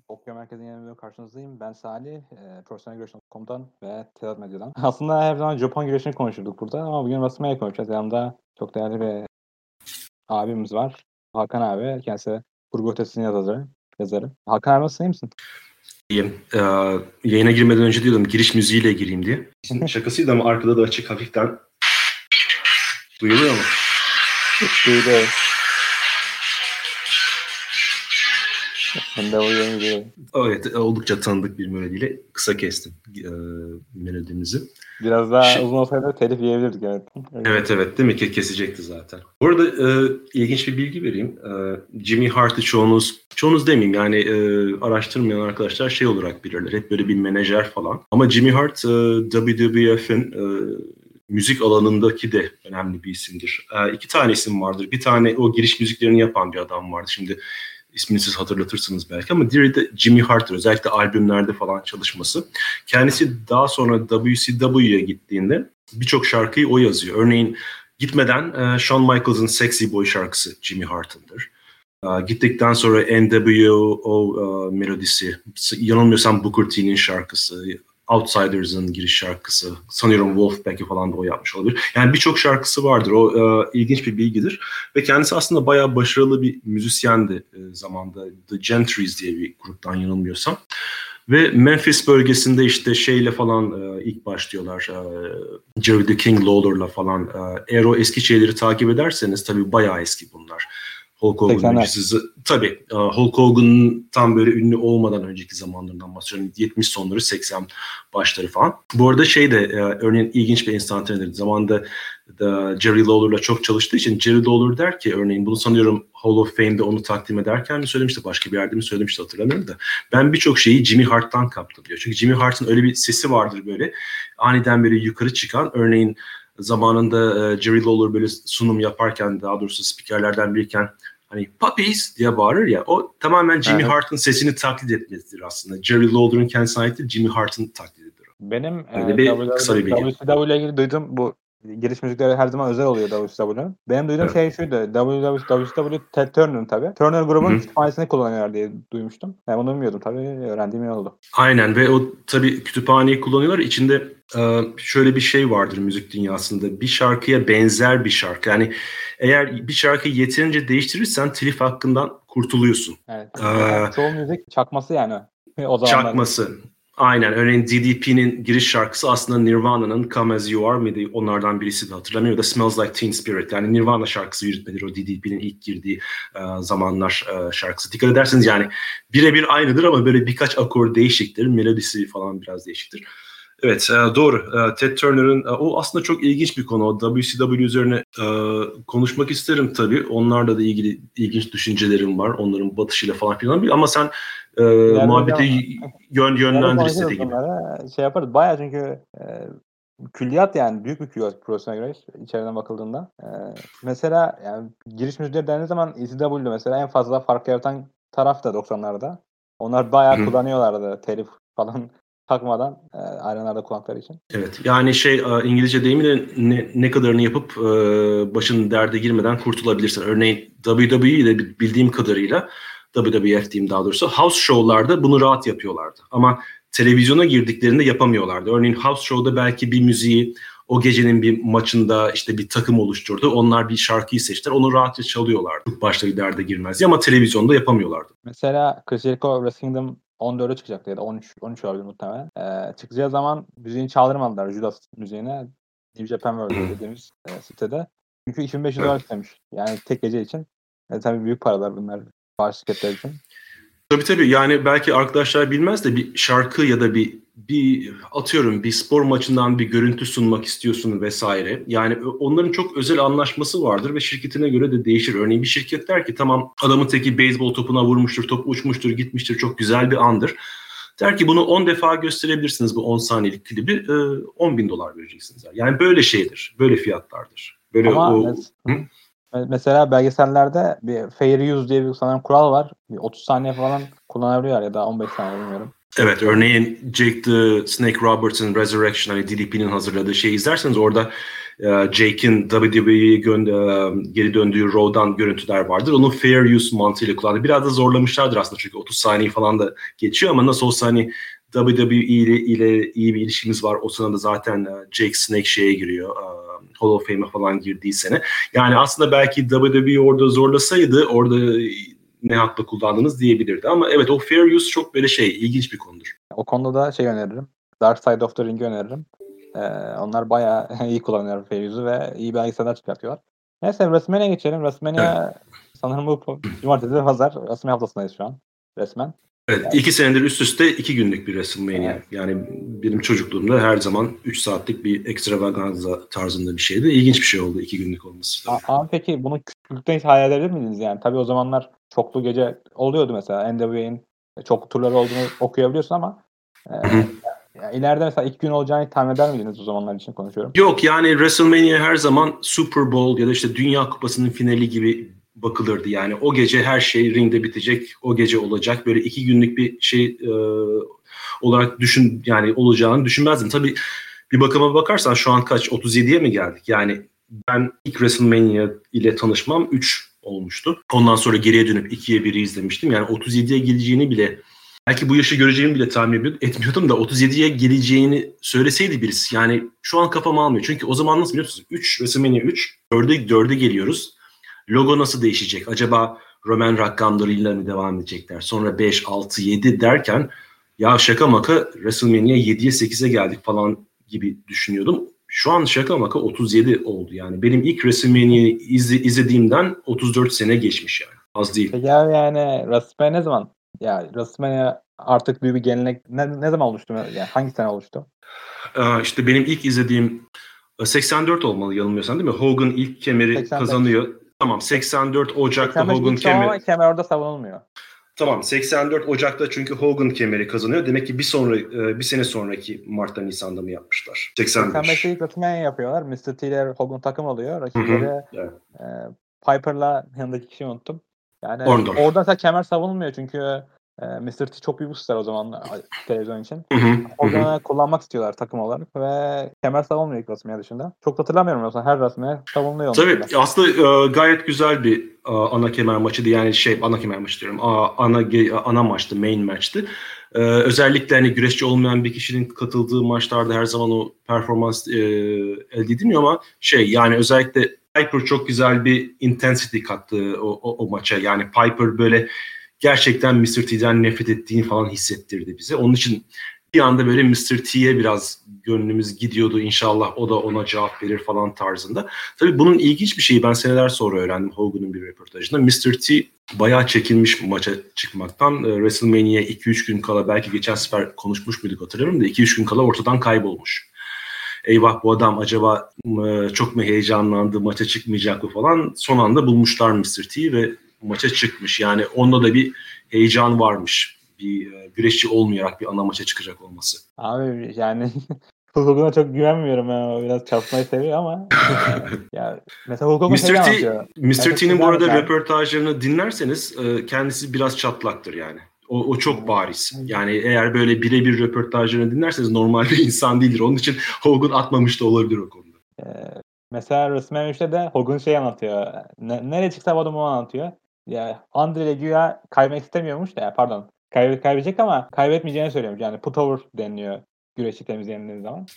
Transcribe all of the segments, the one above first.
Okya Merkezi'nin yeni bölümüyle karşınızdayım. Ben Salih, profesyonelgüreş.com'dan ve Telat Medya'dan. Aslında her zaman Japon güreşini konuşurduk burada ama bugün WrestleMania konuşacağız. Yanımda çok değerli bir abimiz var. Hakan abi. Kendisi Kurgu Ötesi'nin yazarı. Hakan abi nasılsın, iyi misin? İyiyim. Yayına girmeden önce diyordum giriş müziğiyle gireyim diye. Şimdi şakasıydı ama arkada da açık hafiften duyuluyor mu? Duydu. Ben de uyuyorum. Evet, oldukça tanıdık bir melodiyle kısa kestim melodimizi. Biraz daha uzun olsaydı telif yiyebilirdik, evet. Evet değil mi? Kesecekti zaten. Bu arada ilginç bir bilgi vereyim. Jimmy Hart'ı çoğunuz demeyeyim yani araştırmayan arkadaşlar şey olarak bilirler. Hep böyle bir menajer falan. Ama Jimmy Hart WWF'in müzik alanındaki de önemli bir isimdir. İki tane isim vardır. Bir tane o giriş müziklerini yapan bir adam vardı. Şimdi ismini siz hatırlatırsınız belki ama diğeri de Jimmy Hart'tır. Özellikle albümlerde falan çalışması. Kendisi daha sonra WCW'ye gittiğinde birçok şarkıyı o yazıyor. Örneğin gitmeden Shawn Michaels'ın Sexy Boy şarkısı Jimmy Hart'ındır. Gittikten sonra NWO melodisi, yanılmıyorsam Booker T'nin şarkısı, Outsiders'ın giriş şarkısı, sanıyorum Wolfpack'i falan da o yapmış olabilir. Yani birçok şarkısı vardır. O ilginç bir bilgidir. Ve kendisi aslında bayağı başarılı bir müzisyendi zamanda. The Gentrys diye bir gruptan yanılmıyorsam. Ve Memphis bölgesinde işte şeyle falan ilk başlıyorlar. Jerry the King Lawler'la falan. Eğer o eski şeyleri takip ederseniz tabii bayağı eski bunlar. Hulk Hogan öncesi, tabii Hulk Hogan tam böyle ünlü olmadan önceki zamanlarından bahsediyorum. 70 sonları 80 başları falan. Bu arada örneğin ilginç bir enstantanedir. Zamanında Jerry Lawler'la çok çalıştığı için Jerry Lawler der ki örneğin bunu sanıyorum Hall of Fame'de onu takdim ederken mi söylemişti, başka bir yerde mi söylemişti hatırlamıyorum da. Ben birçok şeyi Jimmy Hart'tan kaptım diyor. Çünkü Jimmy Hart'ın öyle bir sesi vardır böyle aniden böyle yukarı çıkan. Örneğin zamanında Jerry Lawler böyle sunum yaparken, daha doğrusu spikerlerden biriyken hani puppies diye bağırır ya, o tamamen Jimmy Hart'ın sesini taklit etmesidir aslında. Jerry Lawler'ın kendisine ait değil, Jimmy Hart'ın taklididir. Benim kısa bir bilgi. WCW ile ilgili duydum, bu giriş müzikleri her zaman özel oluyor WCW'nun. Benim duyduğum şey şuydu. WCW Ted Turner'ın tabii. Turner grubun kütüphanesini kullanıyorlar diye duymuştum. Ben bunu bilmiyordum tabii. Öğrendiğim iyi oldu. Aynen ve o tabii kütüphaneyi kullanıyorlar. İçinde şöyle bir şey vardır müzik dünyasında. Bir şarkıya benzer bir şarkı. Yani eğer bir şarkıyı yeterince değiştirirsen telif hakkından kurtuluyorsun. Evet. Çoğu müzik çakması yani. O zamanlar. Çakması. Aynen. Örneğin DDP'nin giriş şarkısı aslında Nirvana'nın Come As You Are mıydı? Onlardan birisi de hatırlamıyorum. Da Smells Like Teen Spirit. Yani Nirvana şarkısı yürütmedir o DDP'nin ilk girdiği zamanlar şarkısı. Dikkat ederseniz yani birebir aynıdır ama böyle birkaç akor değişiktir. Melodisi falan biraz değişiktir. Evet, doğru. Ted Turner'ın o aslında çok ilginç bir konu. O WCW üzerine konuşmak isterim tabii. Onlarla da ilgili ilginç düşüncelerim var. Onların batışıyla falan filan. Ama sen muhabbeti yönlendir istediği gibi. Şey yaparız. Bayağı çünkü külliyat yani. Büyük bir külliyat profesyonel güreş içeriden bakıldığında. Mesela yani giriş müzikleri dendiği zaman ECW'de mesela en fazla fark yaratan taraf da 90'larda. Onlar bayağı kullanıyorlardı telif falan takmadan arenada kullandıkları için. Evet. Yani İngilizce deyimiyle ne kadarını yapıp başın derde girmeden kurtulabilirsin. Örneğin WWE'de bildiğim kadarıyla WWF diyeyim daha doğrusu house show'larda bunu rahat yapıyorlardı. Ama televizyona girdiklerinde yapamıyorlardı. Örneğin house show'da belki bir müziği o gecenin bir maçında işte bir takım oluşturdu. Onlar bir şarkıyı seçtiler. Onu rahatça çalıyorlardı. Çok başta bir derde girmez ama televizyonda yapamıyorlardı. Mesela Chris Jericho Wrestle Kingdom 14'e çıkacaktı ya da 13 olabilir muhtemelen. Çıkacağı zaman müziğini çaldırmadılar, Judas müziğine. New Japan World dediğimiz sitede. Çünkü $2.500 istemiş. Yani tek gece için. Tabii büyük paralar bunlar bağış şirketler için. Tabii yani belki arkadaşlar bilmez de bir şarkı ya da bir atıyorum bir spor maçından bir görüntü sunmak istiyorsun vesaire. Yani onların çok özel anlaşması vardır ve şirketine göre de değişir. Örneğin bir şirket der ki tamam adamın teki beyzbol topuna vurmuştur, top uçmuştur, gitmiştir, çok güzel bir andır. Der ki bunu 10 defa gösterebilirsiniz bu 10 saniyelik klibi, $10.000 vereceksiniz. Yani böyle şeydir, böyle fiyatlardır. Böyle ama mesela belgesellerde bir fair use diye bir sanırım kural var. Bir 30 saniye falan kullanabiliyorlar ya da 15 saniye bilmiyorum. Evet, örneğin Jake the Snake Roberts'ın Resurrection, hani DDP'nin hazırladığı şeyi izlerseniz orada Jake'in WWE'ye geri döndüğü Raw'dan görüntüler vardır. Onu fair use mantığıyla kullandı. Biraz da zorlamışlardır aslında çünkü 30 saniye falan da geçiyor ama nasıl olsa hani WWE ile iyi bir ilişkimiz var. O sırada zaten Jake Snake şeye giriyor. Hall of Fame'e falan girdiği sene. Yani aslında belki WWE orada zorlasaydı orada ne hakla kullandınız diyebilirdi. Ama evet o fair use çok böyle ilginç bir konudur. O konuda da öneririm. Dark Side of the Ring'i öneririm. Onlar bayağı iyi kullanıyor fair use'u ve iyi belgeseller çıkartıyorlar. Neyse WrestleMania'ya geçelim. WrestleMania sanırım bu cumartesi ve pazar. WrestleMania haftasındayız şu an. Resmen. Evet, 2 senedir üst üste 2 günlük bir WrestleMania. Evet. Yani benim çocukluğumda her zaman 3 saatlik bir extravaganza tarzında bir şeydi. İlginç bir şey oldu 2 günlük olması. Abi peki bunu küçüklükten hiç hayal edebilir miydiniz yani? Tabii o zamanlar çoklu gece oluyordu mesela. NWA'nin çoklu turları olduğunu okuyabiliyorsun ama ileride mesela 2 gün olacağını tahmin eder miydiniz o zamanlar için konuşuyorum? Yok yani WrestleMania her zaman Super Bowl ya da işte Dünya Kupası'nın finali gibi bakılırdı. Yani o gece her şey ringde bitecek, o gece olacak. Böyle 2 günlük bir olarak olacağını düşünmezdim. Tabii bir bakıma bakarsan şu an kaç? 37'ye mi geldik? Yani ben ilk WrestleMania ile tanışmam 3 olmuştu. Ondan sonra geriye dönüp 2'ye 1'i izlemiştim. Yani 37'ye geleceğini bile, belki bu yaşı göreceğimi bile tahmin etmiyordum da 37'ye geleceğini söyleseydi birisi. Yani şu an kafam almıyor. Çünkü o zaman nasıl biliyorsunuz? WrestleMania 3, 4'e geliyoruz. Logo nasıl değişecek? Acaba Roman rakamlarıyla mı devam edecekler? Sonra 5, 6, 7 derken ya şaka maka WrestleMania 7'ye 8'e geldik falan gibi düşünüyordum. Şu an şaka maka 37 oldu yani. Benim ilk WrestleMania'yı izlediğimden 34 sene geçmiş yani. Az değil. Peki abi yani WrestleMania ne zaman? Ya WrestleMania artık büyük bir gelenek. Ne zaman oluştu? Yani hangi sene oluştu? İşte benim ilk izlediğim 84 olmalı yanılmıyorsam değil mi? Hogan ilk kemeri 85. Kazanıyor. Tamam 84 Ocak'ta 85 Hogan kemeri. Kemer orada savunulmuyor. Tamam 84 Ocak'ta çünkü Hogan kemeri kazanıyor. Demek ki bir sene sonraki Mart'ta Nisan'da mı yapmışlar? 85'te ilk WrestleMania yapıyorlar. Mr. T ile Hogan takım alıyor. Rakipleri evet. Piper'la yanındaki kişiyi unuttum. Yani Orndorff. orada da kemer savunulmuyor çünkü Mr. T çok büyük bir star o zaman televizyon için. Hogan'ı kullanmak istiyorlar takım olarak ve kemer savunmuyor ilk WrestleMania dışında. Çok hatırlamıyorum aslında her WrestleMania savunuluyor. Tabii aslında gayet güzel bir ana kemer maçıydı. Yani ana kemer maçı diyorum. Ana maçtı, main maçtı. Özellikle hani güreşçi olmayan bir kişinin katıldığı maçlarda her zaman o performans elde edilmiyor ama yani özellikle Piper çok güzel bir intensity kattı o maça. Yani Piper böyle gerçekten Mr. T'den nefret ettiğini falan hissettirdi bize. Onun için bir anda böyle Mr. T'ye biraz gönlümüz gidiyordu. İnşallah o da ona cevap verir falan tarzında. Tabii bunun ilginç bir şeyi ben seneler sonra öğrendim Hogan'ın bir röportajında. Mr. T bayağı çekinmiş maça çıkmaktan. WrestleMania 2-3 gün kala, belki geçen sefer konuşmuş muyduk hatırlamıyorum da 2-3 gün kala ortadan kaybolmuş. Eyvah bu adam acaba çok mu heyecanlandı, maça çıkmayacak mı falan. Son anda bulmuşlar Mr. T ve maça çıkmış. Yani onda da bir heyecan varmış. Bir güreşçi olmayarak bir ana maça çıkacak olması. Abi yani Hulk çok güvenmiyorum. O biraz çarpmayı seviyor ama ya mesela Hulk Mr. T'nin bu arada röportajlarını dinlerseniz kendisi biraz çatlaktır yani. O çok bariz. Yani eğer böyle birebir röportajlarını dinlerseniz normal bir insan değildir. Onun için Hogan atmamış da olabilir o konuda. Mesela WrestleMania 3'te de Hogan anlatıyor. Nereye çıksa adamı anlatıyor. Ya Andre ile güya kaybetmek istemiyormuş da pardon. Kaybedecek ama kaybetmeyeceğini söylüyormuş. Yani put over deniliyor güreşi temizleyenler zaman.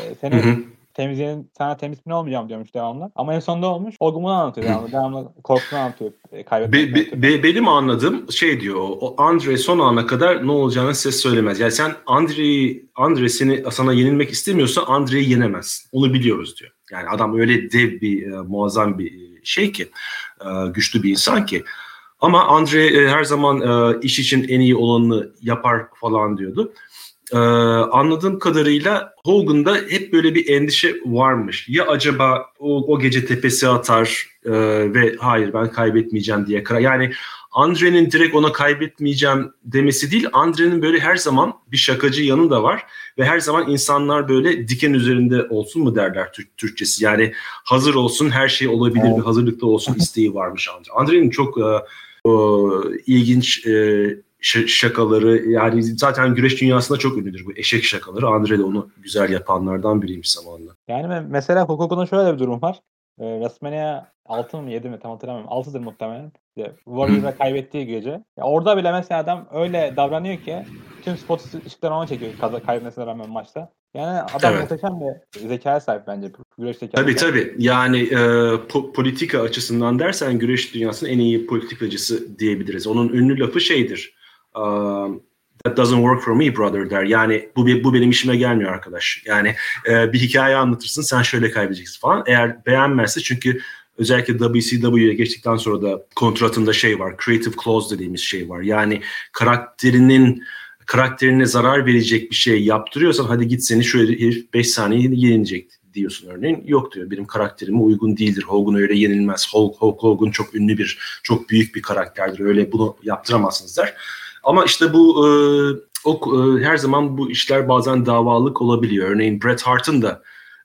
Sana temiz mi olmayacağım diyormuş devamlı. Ama en sonunda olmuş. Hogan bunu anlatıyor. Devamlı korkusunu anlatıyor. Benim anladığım diyor. O Andre son ana kadar ne olacağını size söylemez. Yani sen Andre sana yenilmek istemiyorsa Andre'yi yenemez. Onu biliyoruz diyor. Yani adam öyle dev bir muazzam bir ki güçlü bir insan ki. Ama Andre her zaman iş için en iyi olanını yapar falan diyordu. Anladığım kadarıyla Hogan'da hep böyle bir endişe varmış. Ya acaba o gece tepesi atar ve hayır ben kaybetmeyeceğim diye karar. Yani Andre'nin direkt ona kaybetmeyeceğim demesi değil, Andre'nin böyle her zaman bir şakacı yanı da var ve her zaman insanlar böyle diken üzerinde olsun mu derler Türkçesi. Yani hazır olsun, her şey olabilir ve hazırlıklı olsun isteği varmış Andre. Andre'nin çok ilginç şakaları, yani zaten güreş dünyasında çok ünlüdür bu eşek şakaları. Andre de onu güzel yapanlardan biriymiş zamanla. Yani mesela Hulk Hogan'ın şöyle bir durum var. WrestleMania 6 mı 7 mi tam hatırlamıyorum. 6'dır muhtemelen. Warrior'a kaybettiği gece. Ya orada bile mesela adam öyle davranıyor ki tüm spot ışıklarını ona çekiyor kaybetmesine rağmen maçta. Yani adam muhteşem bir zekaya sahip bence. Güreş zekası. Tabii. Yani politika açısından dersen güreş dünyasının en iyi politikacısı diyebiliriz. Onun ünlü lafı şeydir. That doesn't work for me brother der. Yani bu benim işime gelmiyor arkadaş. Yani bir hikaye anlatırsın, sen şöyle kaybedeceksin falan. Eğer beğenmezse, çünkü özellikle WCW'ye geçtikten sonra da kontratında şey var. Creative clause dediğimiz şey var. Yani karakterine zarar verecek bir şey yaptırıyorsan, hadi git seni şöyle herif 5 saniye yenecek diyorsun örneğin. Yok diyor, benim karakterime uygun değildir. Hogan öyle yenilmez. Hulk Hogan çok büyük bir karakterdir. Öyle bunu yaptıramazsınız der. Ama işte bu her zaman bu işler bazen davalık olabiliyor. Örneğin Bret Hart'ın da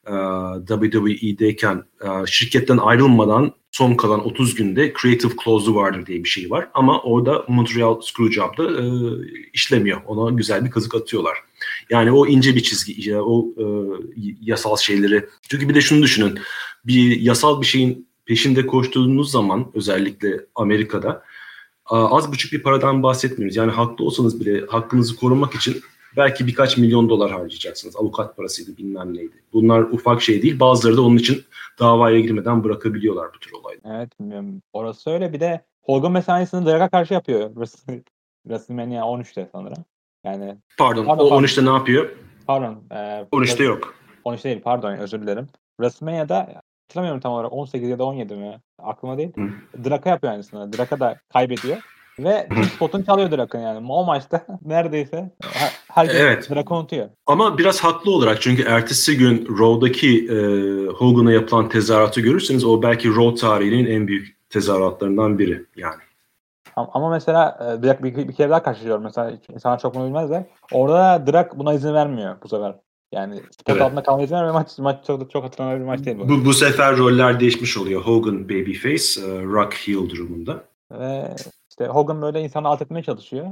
WWE'deyken şirketten ayrılmadan son kalan 30 günde Creative Clause'u vardır diye bir şey var. Ama orada Montreal Screwjob'da işlemiyor. Ona güzel bir kazık atıyorlar. Yani o ince bir çizgi, o yasal şeyleri. Çünkü bir de şunu düşünün. Bir yasal bir şeyin peşinde koştuğunuz zaman, özellikle Amerika'da, az buçuk bir paradan bahsetmiyoruz. Yani haklı olsanız bile hakkınızı korumak için belki birkaç milyon dolar harcayacaksınız. Avukat parasıydı, bilmem neydi. Bunlar ufak şey değil. Bazıları da onun için davaya girmeden bırakabiliyorlar bu tür olayları. Evet, bilmiyorum. Orası öyle. Bir de Hogan mesaisini Drake'a karşı yapıyor. WrestleMania 13'te sanırım. Yani Pardon. O 13'te ne yapıyor? Pardon. 13'te yok. 13 değil, pardon, özür dilerim. WrestleMania'da hatırlamıyorum tam olarak, 18 ya da 17 mi? Aklıma değil. Drake'a yapıyor aynısını. Drake da kaybediyor. Ve tüm spotunu çalıyor Drake'ın yani. O maçta neredeyse herkes Drake'ı unutuyor. Ama biraz haklı olarak, çünkü ertesi gün Raw'daki Hogan'a yapılan tezahüratı görürseniz o belki Raw tarihinin en büyük tezahüratlarından biri yani. Ama mesela bir kere daha karşılaşıyorum. Mesela insanlar çok bunu bilmezler. Orada Drake buna izin vermiyor bu sefer. Yani spot altında kalmaya izin vermiyor. Maç çok hatırlanan bir maç değil bu. Bu sefer roller değişmiş oluyor. Hogan babyface, Rock heel durumunda. Ve işte Hogan böyle insanı alt etmeye çalışıyor.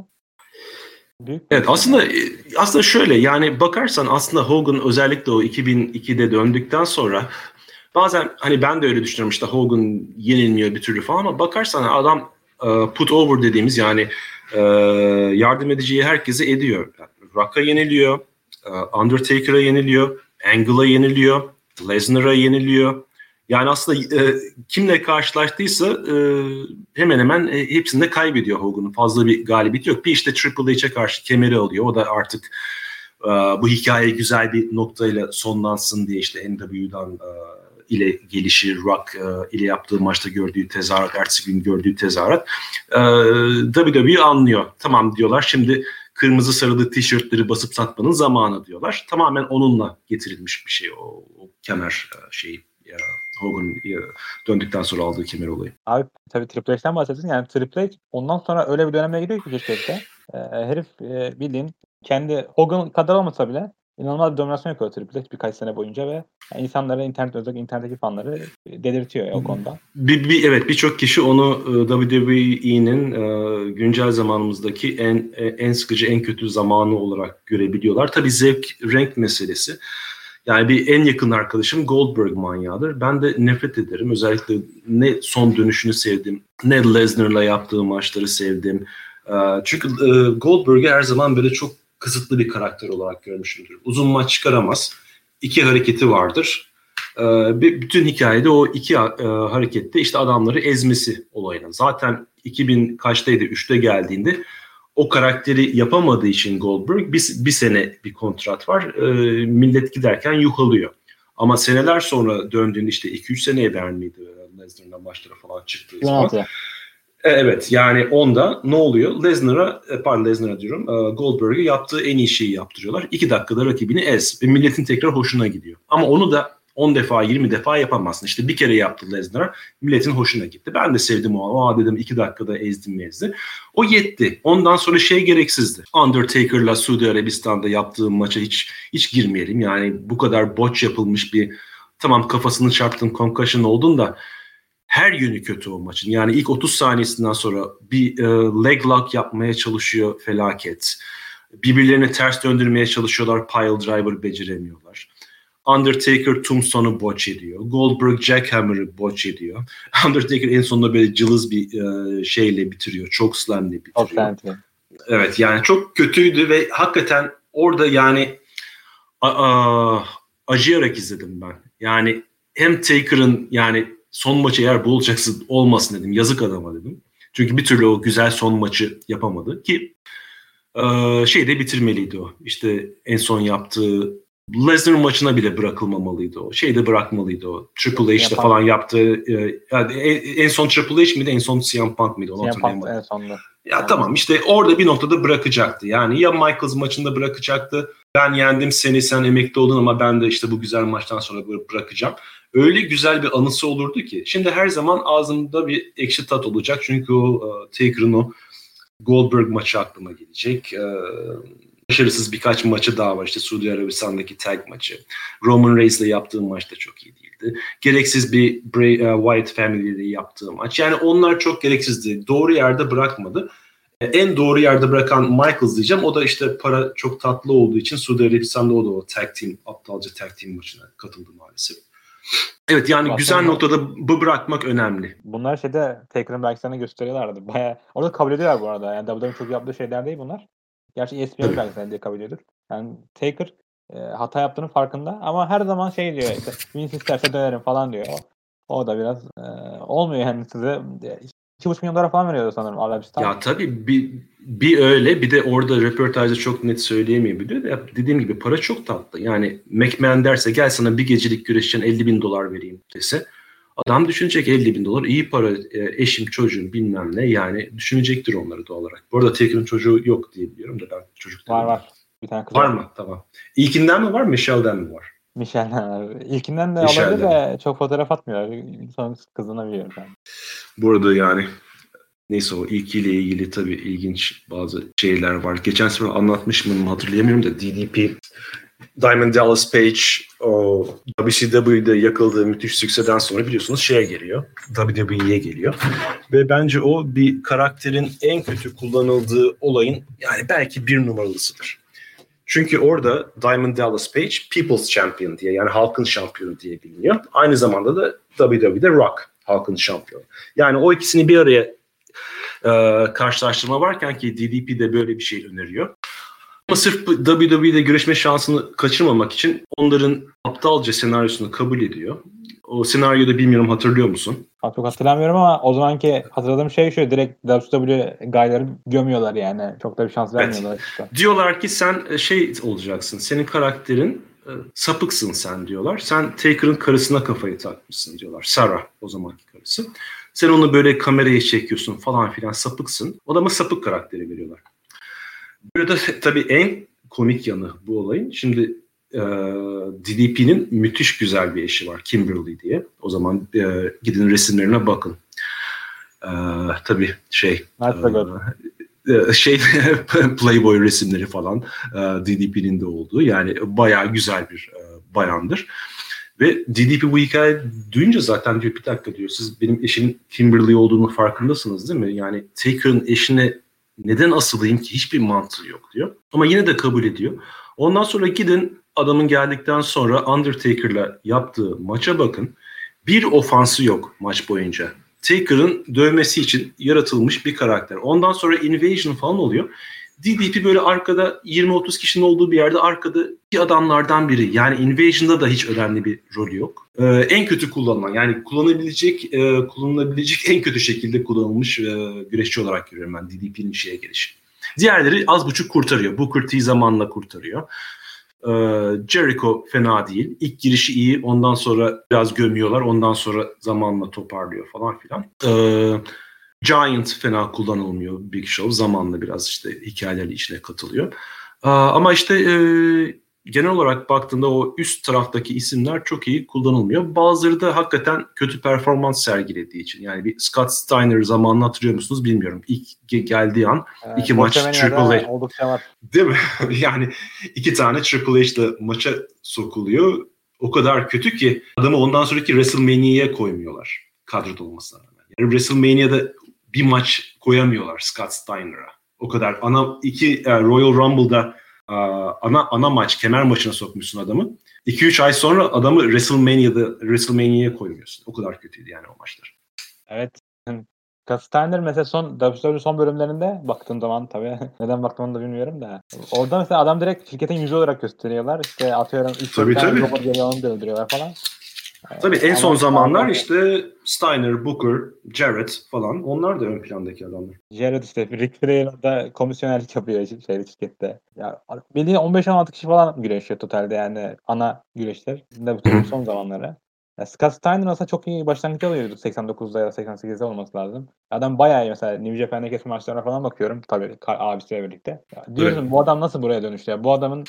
Evet, aslında şöyle, yani bakarsan aslında Hogan özellikle o 2002'de döndükten sonra bazen hani ben de öyle düşünüyorum, işte Hogan yenilmiyor bir türlü falan, ama bakarsan adam put over dediğimiz, yani yardım edeceği herkese ediyor. Rock'a yeniliyor, Undertaker'a yeniliyor, Angle'a yeniliyor, Lesnar'a yeniliyor. Yani aslında kimle karşılaştıysa hemen hemen hepsinde kaybediyor Hogan'ın. Fazla bir galibiyeti yok. Bir işte Triple H'e karşı kemeri alıyor. O da artık bu hikaye güzel bir noktayla sonlansın diye işte NW'dan ile gelişi, Rock ile yaptığı maçta gördüğü tezahürat, ertesi gün gördüğü tezahürat. WWE anlıyor. Tamam diyorlar, şimdi kırmızı sarılı tişörtleri basıp satmanın zamanı diyorlar. Tamamen onunla getirilmiş bir şey o kemer şeyi. Hogan döndükten sonra aldığı kemer olayı. Abi tabii Triple H'ten bahsediyorsun. Yani Triple H ondan sonra öyle bir dönemine giriyor ki şirkette. Herif bildiğin kendi Hogan kadar olmasa bile inanılmaz bir dominasyon yapıyor Triple H birkaç sene boyunca ve yani insanları, özellikle internetteki fanları delirtiyor o konuda. Evet, birçok kişi onu WWE'nin güncel zamanımızdaki en sıkıcı, en kötü zamanı olarak görebiliyorlar. Tabii zevk, renk meselesi. Yani bir en yakın arkadaşım Goldberg manyağıdır. Ben de nefret ederim. Özellikle ne son dönüşünü sevdim, ne Lesnar'la yaptığı maçları sevdim. Çünkü Goldberg'i her zaman böyle çok kısıtlı bir karakter olarak görmüşümdür. Uzun maç çıkaramaz. 2 hareketi vardır. Bütün hikayede o 2 harekette işte adamları ezmesi olayına. Zaten 2000 kaçtaydı, 3'te geldiğinde o karakteri yapamadığı için Goldberg bir sene bir kontrat var. Millet giderken yuhalıyor. Ama seneler sonra döndüğünde, işte 2-3 sene evvel miydi? Lesnar'dan maçlara falan çıktığı zaman. Evet, yani onda ne oluyor? Lesnar'a diyorum, Goldberg'e yaptığı en iyi şeyi yaptırıyorlar. 2 dakikada rakibini ez ve milletin tekrar hoşuna gidiyor. Ama onu da 10 defa 20 defa yapamazsın. İşte bir kere yaptı Lesnar'a, milletin hoşuna gitti. Ben de sevdim o. Dedim 2 dakikada ezdi. O yetti. Ondan sonra gereksizdi. Undertaker'la Suudi Arabistan'da yaptığım maça hiç girmeyelim. Yani bu kadar botch yapılmış bir, tamam kafasını çarptın, concussion oldun da Her yönü kötü o maçın. Yani ilk 30 saniyesinden sonra bir leg lock yapmaya çalışıyor, felaket. Birbirlerini ters döndürmeye çalışıyorlar, pile driver beceremiyorlar. Undertaker Tombstone'u botch ediyor. Goldberg Jackhammer'ı botch ediyor. Undertaker en sonunda böyle cılız bir şeyle bitiriyor. Chokeslam'le bitiriyor. Evet, yani çok kötüydü ve hakikaten orada yani acıyarak izledim ben. Yani hem Taker'ın yani son maçı eğer bu olacaksın olmasın dedim. Yazık adama dedim. Çünkü bir türlü o güzel son maçı yapamadı ki şeyde bitirmeliydi o. İşte en son yaptığı Lesnar maçına bile bırakılmamalıydı o. Şeyde bırakmalıydı o. Triple H'de falan yaptığı yani en son Triple H miydi? En son CM Punk mıydı? Onu hatırlayamadım. En sonunda. Ya yani tamam işte orada bir noktada bırakacaktı. Yani ya Michaels maçında bırakacaktı. Ben yendim seni, sen emekli oldun ama ben de işte bu güzel maçtan sonra bırakacağım. Öyle güzel bir anısı olurdu ki. Şimdi her zaman ağzımda bir ekşi tat olacak. Çünkü o Taker'ın o Goldberg maçı aklıma gelecek. Başarısız birkaç maçı daha var. İşte Suudi Arabistan'daki tag maçı. Roman Reigns'le yaptığı maç da çok iyi değildi. Gereksiz bir Wyatt Family'yle yaptığı maç. Yani onlar çok gereksizdi. Doğru yerde bırakmadı. En doğru yerde bırakan Michaels diyeceğim. O da işte para çok tatlı olduğu için Suudi Arabistan'da o da o aptalca tag team maçına katıldı maalesef. Evet yani aslında güzel noktada bu bırakmak önemli. Bunlar şeyde Taker'ın belgeselini gösteriyorlardı. Bayağı orada kabul ediyorlar bu arada. Yani WWE'nin çok yaptığı şeyler değil bunlar. Gerçi ESPN'in belgeselini diye kabul ediyordur. Yani Taker hata yaptığının farkında ama her zaman şey diyor işte Vince isterse dönerim falan diyor. O da biraz olmuyor yani size. $2,5 milyon falan veriyordu sanırım Arabistan. Ya tabii bir öyle bir de orada röportajda çok net söyleyemeyebiliyor. Ya dediğim gibi para çok tatlı. Yani McMahon derse gel sana bir gecelik güreş için $50,000 vereyim dese adam düşünecek $50,000 iyi para, eşim çocuğum bilmem ne yani düşünecektir onları doğal olarak. Bu arada Taker'ın çocuğu yok diye biliyorum da ben çocuk değilim. Var. Bir tane kız var mı? Tamam. İlkinden mi var Michelle'den mi var? Michelle'den. İlkinden de olabilir de çok fotoğraf atmıyor. Son kızına biliyorum ben. Bu arada yani neyse o ilkiyle ilgili tabii ilginç bazı şeyler var. Geçen sefer anlatmış mıyım hatırlayamıyorum da DDP Diamond Dallas Page o WCW'de yakaladığı müthiş sükseden sonra biliyorsunuz şeye geliyor. WWE'ye geliyor. Ve bence o bir karakterin en kötü kullanıldığı olayın yani belki bir numaralısıdır. Çünkü orada Diamond Dallas Page People's Champion diye yani halkın şampiyonu diye biliniyor. Aynı zamanda da WWE'de Rock halkın şampiyonu. Yani o ikisini bir araya karşılaştırma varken ki DDP de böyle bir şey öneriyor. Ama sırf WWE'de güreşme şansını kaçırmamak için onların aptalca senaryosunu kabul ediyor. O senaryoda bilmiyorum hatırlıyor musun? Çok hatırlamıyorum ama o zamanki hatırladığım şey şu direkt WWE gayları gömüyorlar yani. Çok da bir şans vermiyorlar. Evet. Işte. Diyorlar ki sen şey olacaksın. Senin karakterin sapıksın sen diyorlar. Sen Taker'ın karısına kafayı takmışsın diyorlar. Sarah o zamanki karısı. Sen onu böyle kameraya çekiyorsun falan filan sapıksın. Adama sapık karakteri veriyorlar. Burada tabii en komik yanı bu olayın. Şimdi DDP'nin müthiş güzel bir eşi var. Kimberly diye. O zaman gidin resimlerine bakın. Tabii Playboy resimleri falan DDP'nin de olduğu. Yani bayağı güzel bir bayandır. Ve DDP bu hikaye duyunca zaten diyor bir dakika diyor siz benim eşimin Kimberly olduğunu farkındasınız değil mi? Yani Taker'ın eşine neden asılayım ki hiçbir mantığı yok diyor. Ama yine de kabul ediyor. Ondan sonra gidin adamın geldikten sonra Undertaker'la yaptığı maça bakın. Bir ofansı yok maç boyunca. Taker'ın dövmesi için yaratılmış bir karakter. Ondan sonra Invasion falan oluyor. DDP böyle arkada 20-30 kişinin olduğu bir yerde arkadaki adamlardan biri. Yani Invasion'da da hiç önemli bir rolü yok. En kötü kullanılan yani kullanılabilecek en kötü şekilde kullanılmış güreşçi olarak görüyorum ben DDP'nin şeye gelişi. Diğerleri az buçuk kurtarıyor. Booker T zamanla kurtarıyor. Jericho fena değil. İlk girişi iyi. Ondan sonra biraz gömüyorlar. Ondan sonra zamanla toparlıyor falan filan. Giant fena kullanılmıyor. Big Show zamanla biraz işte hikayelerle içine katılıyor. Ama işte genel olarak baktığında o üst taraftaki isimler çok iyi kullanılmıyor. Bazıları da hakikaten kötü performans sergilediği için. Yani bir Scott Steiner zamanını hatırlıyor musunuz bilmiyorum. İlk geldiği an iki maç Triple H. Oldukça var. Değil mi? Yani 2 tane Triple H'le maça sokuluyor. O kadar kötü ki adamı ondan sonraki WrestleMania'ya koymuyorlar. kadroda olmasına rağmen. Yani WrestleMania'da bir maç koyamıyorlar Scott Steiner'a. O kadar. Royal Rumble'da ana maç, kemer maçına sokmuşsun adamı. 2-3 ay sonra adamı WrestleMania'ya koymuyorsun. O kadar kötüydü yani o maçlar. Evet. Scott Steiner mesela WWE son bölümlerinde baktığım zaman tabii neden baktığımı da bilmiyorum da. Orada mesela adam direkt şirketin yüzü olarak gösteriyorlar. İşte atıyorum 3-4 tane Tabii. robot geliyor onu da öldürüyorlar falan. Tabii en son Adam zamanlar sağlam. işte Steiner, Booker, Jarrett falan onlar da ön plandaki adamlar. Jared işte Ric Flair da komisyonerlik yapıyor şirkette. Ya bildiğin 15-16 kişi falan güreşiyor totalde yani ana güreşler. WWE'nin son zamanları. Ya Scott Steiner aslında çok iyi başlangıç alıyordu 89'da ya da 88'de olması lazım. Adam bayağı iyi mesela New Japan'daki maçlarına falan bakıyorum tabii abisiyle birlikte. Ya diyorsun Evet. bu adam nasıl buraya dönüştü ya? Bu adamın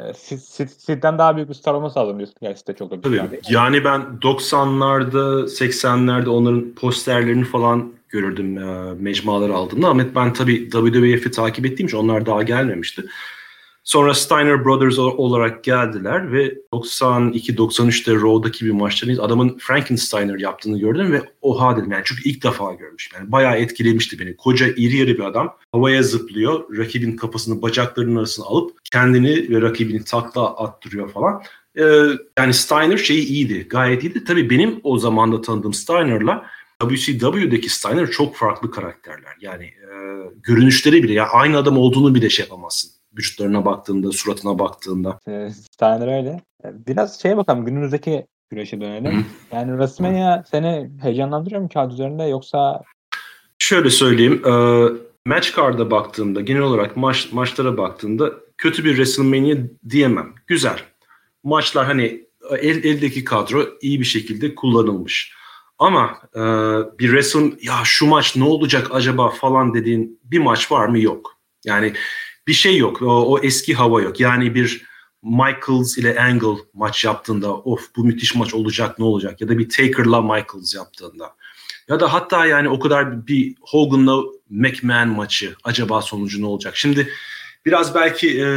Sid'den daha büyük bir star olması lazım diyorsun. Gerçi Sid de çok da bir star Tabii. değil. Yani ben 90'larda, 80'lerde onların posterlerini falan görürdüm mecmuaları aldığımda. Ama ben tabii WWF'i takip ettiğim için onlar daha gelmemişti. Sonra Steiner Brothers olarak geldiler ve 92-93'te Raw'daki bir maçlarında adamın Frankensteiner yaptığını gördüm ve oha dedim yani çünkü ilk defa görmüşüm. Yani bayağı etkilemişti beni. Koca iri yarı bir adam havaya zıplıyor, rakibin kafasını bacaklarının arasına alıp kendini ve rakibini takla attırıyor falan. Yani Steiner şeyi iyiydi, gayet iyiydi. Tabii benim o zamanda tanıdığım Steiner'la WCW'deki Steiner çok farklı karakterler. Yani görünüşleri bile ya aynı adam olduğunu bile şey yapamazsın. Vücutlarına baktığında, suratına baktığında. Steiner öyle. Biraz şeye bakalım günümüzdeki güreşe dönelim. Yani WrestleMania seni heyecanlandırıyor mu kağıt üzerinde yoksa Şöyle söyleyeyim, match card'a baktığımda, genel olarak maçlara baktığımda kötü bir WrestleMania diyemem. Güzel. Maçlar hani eldeki kadro iyi bir şekilde kullanılmış. Ama bir ya şu maç ne olacak acaba falan dediğin bir maç var mı? Yok. Yani bir şey yok. O eski hava yok. Yani bir Michaels ile Angle maç yaptığında of bu müthiş maç olacak ne olacak? Ya da bir Taker'la Michaels yaptığında. Ya da hatta yani o kadar bir Hogan'la McMahon maçı acaba sonucu ne olacak? Şimdi biraz belki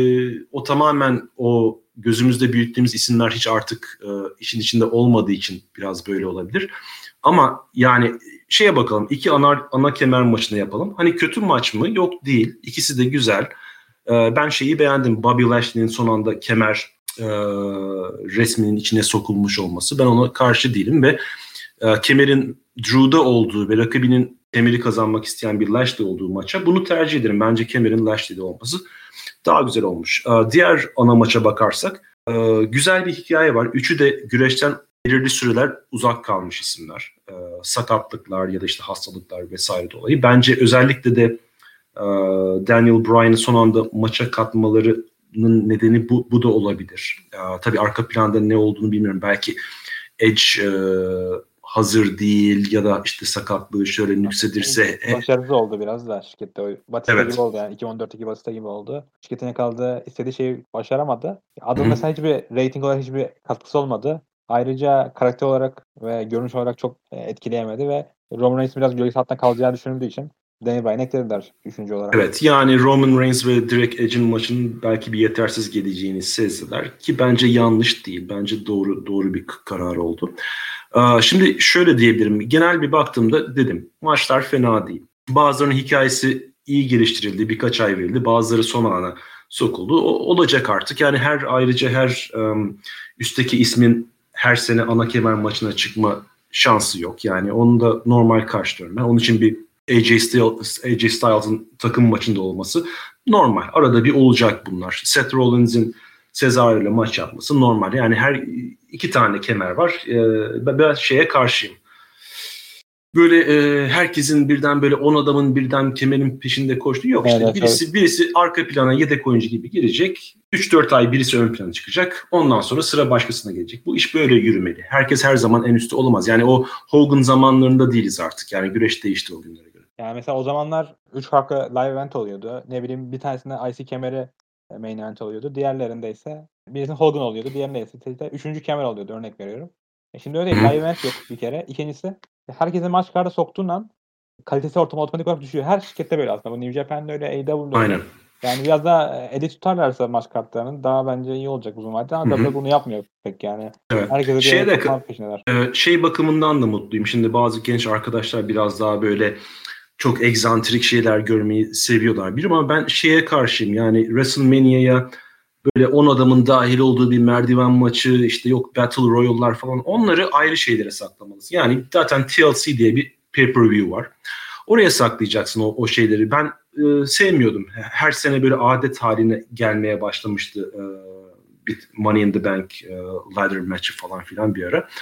o tamamen o gözümüzde büyüttüğümüz isimler hiç artık işin içinde olmadığı için biraz böyle olabilir. Ama yani şeye bakalım iki ana kemer maçını yapalım. Hani kötü maç mı? Yok değil. İkisi de güzel. Ben şeyi beğendim. Bobby Lashley'nin son anda kemer resminin içine sokulmuş olması. Ben ona karşı değilim ve kemerin Drew'da olduğu ve rakibinin kemeri kazanmak isteyen bir Lashley olduğu maça bunu tercih ederim. Bence kemerin Lashley'de olması daha güzel olmuş. Diğer ana maça bakarsak güzel bir hikaye var. Üçü de güreşten belirli süreler uzak kalmış isimler. Sakatlıklar ya da işte hastalıklar vesaire dolayı. Bence özellikle de Daniel Bryan'ı son anda maça katmalarının nedeni bu da olabilir. Tabii arka planda ne olduğunu bilmiyorum. Belki Edge hazır değil ya da işte sakatlığı şöyle nüksedirse. başarısız oldu biraz da şirkette. Batista gibi Evet. oldu yani 2014'teki Batista gibi oldu. Şirketin yakaladığı istediği şeyi başaramadı. Adamın Hı-hı. mesela hiçbir rating olarak hiçbir katkısı olmadı. Ayrıca karakter olarak ve görünüş olarak çok etkileyemedi ve Roman Reigns'in biraz gölgesi altında kalacağı düşünüldüğü için Daniel Bryan'ı eklediler 3. olarak. Evet yani Roman Reigns ve direkt Edge'in maçının belki bir yetersiz geleceğini sezdiler ki bence yanlış değil. Bence doğru bir karar oldu. Şimdi şöyle diyebilirim. Genel bir baktığımda dedim maçlar fena değil. Bazılarının hikayesi iyi geliştirildi. Birkaç ay verildi. Bazıları son ana sokuldu. Olacak artık. Yani ayrıca her üstteki ismin her sene ana kemer maçına çıkma şansı yok. Yani onu da normal karşılıyorum. Ben onun için bir AJ Styles'ın takım maçında olması normal. Arada bir olacak bunlar. Seth Rollins'in Cesaro ile maç yapması normal. Yani her iki tane kemer var. Ben şeye karşıyım. Böyle herkesin birden böyle 10 adamın birden kemerin peşinde koştuğu yok işte. Evet, evet. Birisi arka plana yedek oyuncu gibi girecek. 3-4 ay birisi ön plana çıkacak. Ondan sonra sıra başkasına gelecek. Bu iş böyle yürümeli. Herkes her zaman en üstte olamaz. Yani o Hogan zamanlarında değiliz artık. Yani güreş değişti o günlere göre. Yani mesela o zamanlar 3 farklı live event oluyordu. Ne bileyim bir tanesinde IC kemeri main event oluyordu. Diğerlerinde ise birisinde Hogan oluyordu. Diğerinde ise 3. kemer oluyordu örnek veriyorum. Şimdi öyle değil. Hı-hı. Live event yok bir kere. İkincisi herkese maç kartı soktuğun an kalitesi ortama otomatik olarak düşüyor. Her şirkette böyle aslında. Bu New Japan'da öyle, AEW'da öyle. Aynen. Yani biraz daha edit tutarlarsa maç kartlarının daha bence iyi olacak uzun vadede ama WWE bunu yapmıyor pek yani. Evet. Herkese bir yere sokmak peşindeler. Şey bakımından da mutluyum. Şimdi bazı genç arkadaşlar biraz daha böyle çok egzantrik şeyler görmeyi seviyorlar. Ama ben şeye karşıyım. Yani WrestleMania'ya böyle 10 adamın dahil olduğu bir merdiven maçı, işte yok Battle Royale'lar falan, onları ayrı şeylere saklamalısın. Yani zaten TLC diye bir pay-per-view var. Oraya saklayacaksın o şeyleri. Ben sevmiyordum. Her sene böyle adet haline gelmeye başlamıştı bir Money in the Bank ladder maçı falan filan bir ara.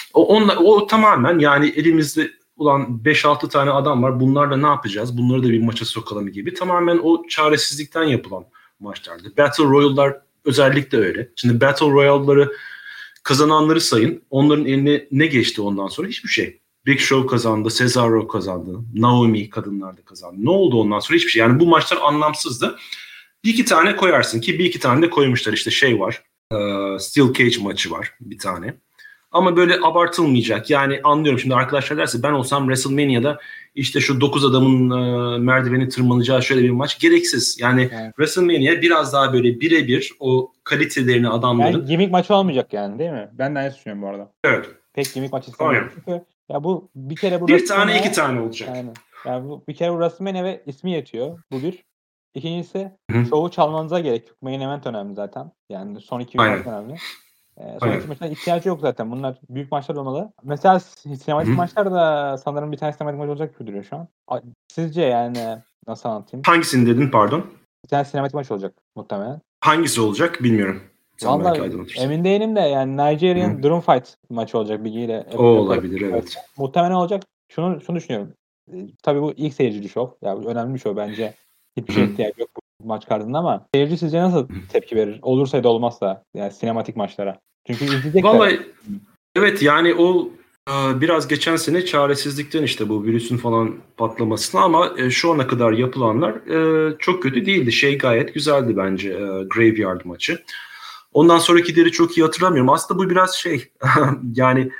O tamamen yani elimizde ulan 5-6 tane adam var. Bunlarla ne yapacağız? Bunları da bir maça sokalım gibi. Tamamen o çaresizlikten yapılan maçlardı. Battle Royale'lar özellikle öyle. Şimdi Battle Royale'ları kazananları sayın. Onların eline ne geçti ondan sonra? Hiçbir şey. Big Show kazandı, Cesaro kazandı, Naomi kadınlar da kazandı. Ne oldu ondan sonra? Hiçbir şey. Yani bu maçlar anlamsızdı. Bir iki tane koyarsın ki bir iki tane de koymuşlar. İşte şey var, Steel Cage maçı var bir tane. Ama böyle abartılmayacak. Yani anlıyorum şimdi arkadaşlar derse ben olsam WrestleMania'da işte şu 9 adamın merdiveni tırmanacağı şöyle bir maç gereksiz. Yani evet. WrestleMania biraz daha böyle birebir o kalitelerini adamların. Yani gimmick maçı olmayacak yani değil mi? Ben de aynı düşünüyorum bu arada. Evet. Pek gimmick maçı istemiyorum. Çünkü ya bu bir kere bu bir tane iki tane olacak. Yani bu bir kere bu WrestleMania ve ismi yetiyor. Bu bir. İkincisi şovu çalmanıza gerek yok. Main event önemli zaten. Yani son iki maç önemli. Son iki maçta ihtiyacı yok zaten. Bunlar büyük maçlar olmalı. Mesela sinematik maçlar da sanırım bir tane sinematik maç olacak gibi duruyor şu an. Sizce yani nasıl anlatayım? Hangisini dedin pardon? Bir tane sinematik maç olacak muhtemelen. Hangisi olacak bilmiyorum. Vallahi emin değilim de yani Nigerian Drum Fight maçı olacak Biggie ile. O olabilir evet. Muhtemelen olacak. Şunu düşünüyorum. Tabii bu ilk seyircili şov. Yani önemli bir şov bence. Hiçbir şeye ihtiyacı yok bu maç kartında ama seyirci sizce nasıl tepki verir? Olursa ya da olmazsa yani sinematik maçlara. Çünkü izleyecekler. Vallahi evet yani o biraz geçen sene çaresizlikten işte bu virüsün falan patlamasına ama şu ana kadar yapılanlar çok kötü değildi. Şey gayet güzeldi bence Graveyard maçı. Ondan sonrakileri çok iyi hatırlamıyorum. Aslında bu biraz şey yani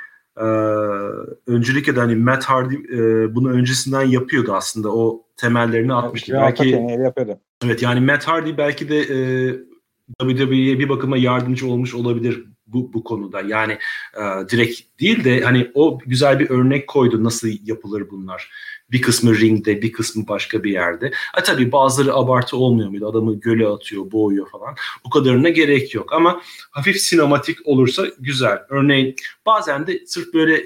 öncülük eden hani Matt Hardy bunu öncesinden yapıyordu aslında. O temellerini atmıştı. Belki yapıyordu. Evet yani Matt Hardy belki de WWE'ye bir bakıma yardımcı olmuş olabilir bu konuda. Yani direkt değil de hani o güzel bir örnek koydu nasıl yapılır bunlar. Bir kısmı ringde, bir kısmı başka bir yerde. Tabii bazıları abartı olmuyor muydu? Adamı göle atıyor, boğuyor falan. O kadarına gerek yok ama hafif sinematik olursa güzel. Örneğin bazen de sırf böyle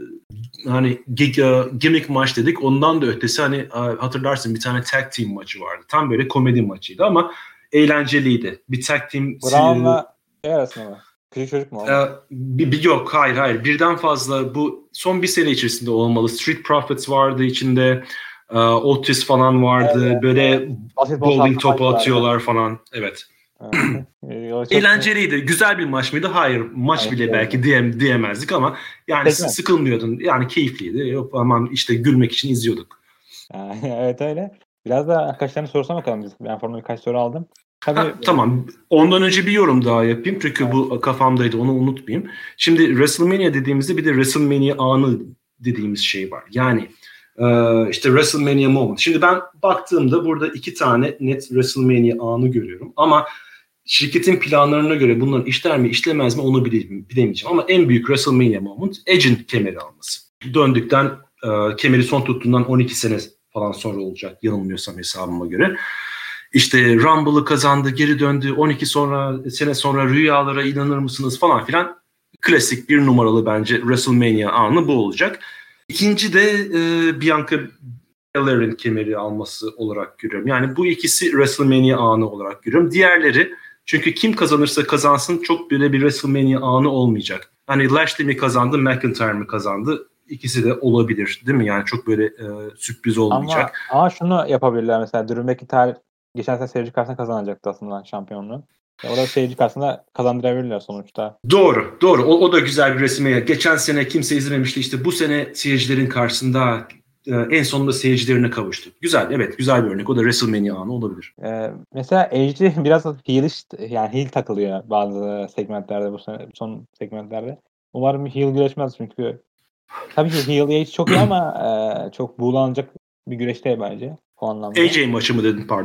hani gimmick maç dedik. Ondan da ötesi hani hatırlarsın bir tane tag team maçı vardı. Tam böyle komedi maçıydı ama eğlenceliydi. Bir tag team Brown'la arasında mı? Küçük çocuk mu? Yok hayır. Birden fazla bu son bir sene içerisinde olmalı. Street Profits vardı içinde. Otis falan vardı. Evet, böyle bowling topu atıyorlar falan. Evet. Eğlenceliydi. Güzel bir maç mıydı? Hayır. Maç bile belki diyemezdik ama yani sıkılmıyordun. Yani keyifliydi. Yok aman işte gülmek için izliyorduk. Evet öyle. Biraz da arkadaşlarına sorsana bakalım biz. Ben formda birkaç soru aldım. Tabii, tamam. Ondan önce bir yorum daha yapayım. Çünkü bu kafamdaydı. Onu unutmayayım. Şimdi WrestleMania dediğimizde bir de WrestleMania anı dediğimiz şey var. Yani işte WrestleMania moment. Şimdi ben baktığımda burada 2 tane net WrestleMania anı görüyorum. Ama şirketin planlarına göre bunların işler mi işlemez mi onu bilemeyeceğim. Ama en büyük WrestleMania moment Edge'in kemeri alması. Döndükten kemeri son tuttuğundan 12 sene falan sonra olacak. Yanılmıyorsam hesabıma göre. İşte Rumble'ı kazandı, geri döndü. 12 sene sonra rüyalara inanır mısınız falan filan. Klasik bir numaralı bence WrestleMania anı bu olacak. İkinci de Bianca Belair'in kemeri alması olarak görüyorum. Yani bu ikisi WrestleMania anı olarak görüyorum. Diğerleri çünkü kim kazanırsa kazansın çok böyle bir WrestleMania anı olmayacak. Hani Lashley mi kazandı, McIntyre mi kazandı? İkisi de olabilir değil mi? Yani çok böyle sürpriz olmayacak. Ama şunu yapabilirler mesela Drew McIntyre geçen sene seyirci karşısında kazanacaktı aslında şampiyonluğu. Orada seyirci karşısında kazandırabilirler sonuçta. Doğru. O da güzel bir WrestleMania. Geçen sene kimse izlememişti. İşte bu sene seyircilerin karşısında en sonunda seyircilerine kavuştu. Güzel, evet. Güzel bir örnek. O da WrestleMania anı olabilir. Mesela Edge biraz heel takılıyor bazı segmentlerde bu sene, son segmentlerde. Umarım heel güreşmez çünkü tabii ki heel Edge çok iyi ama çok buğulanacak bir güreş değil bence o anlamda. AJ maçı mı dedin pardon?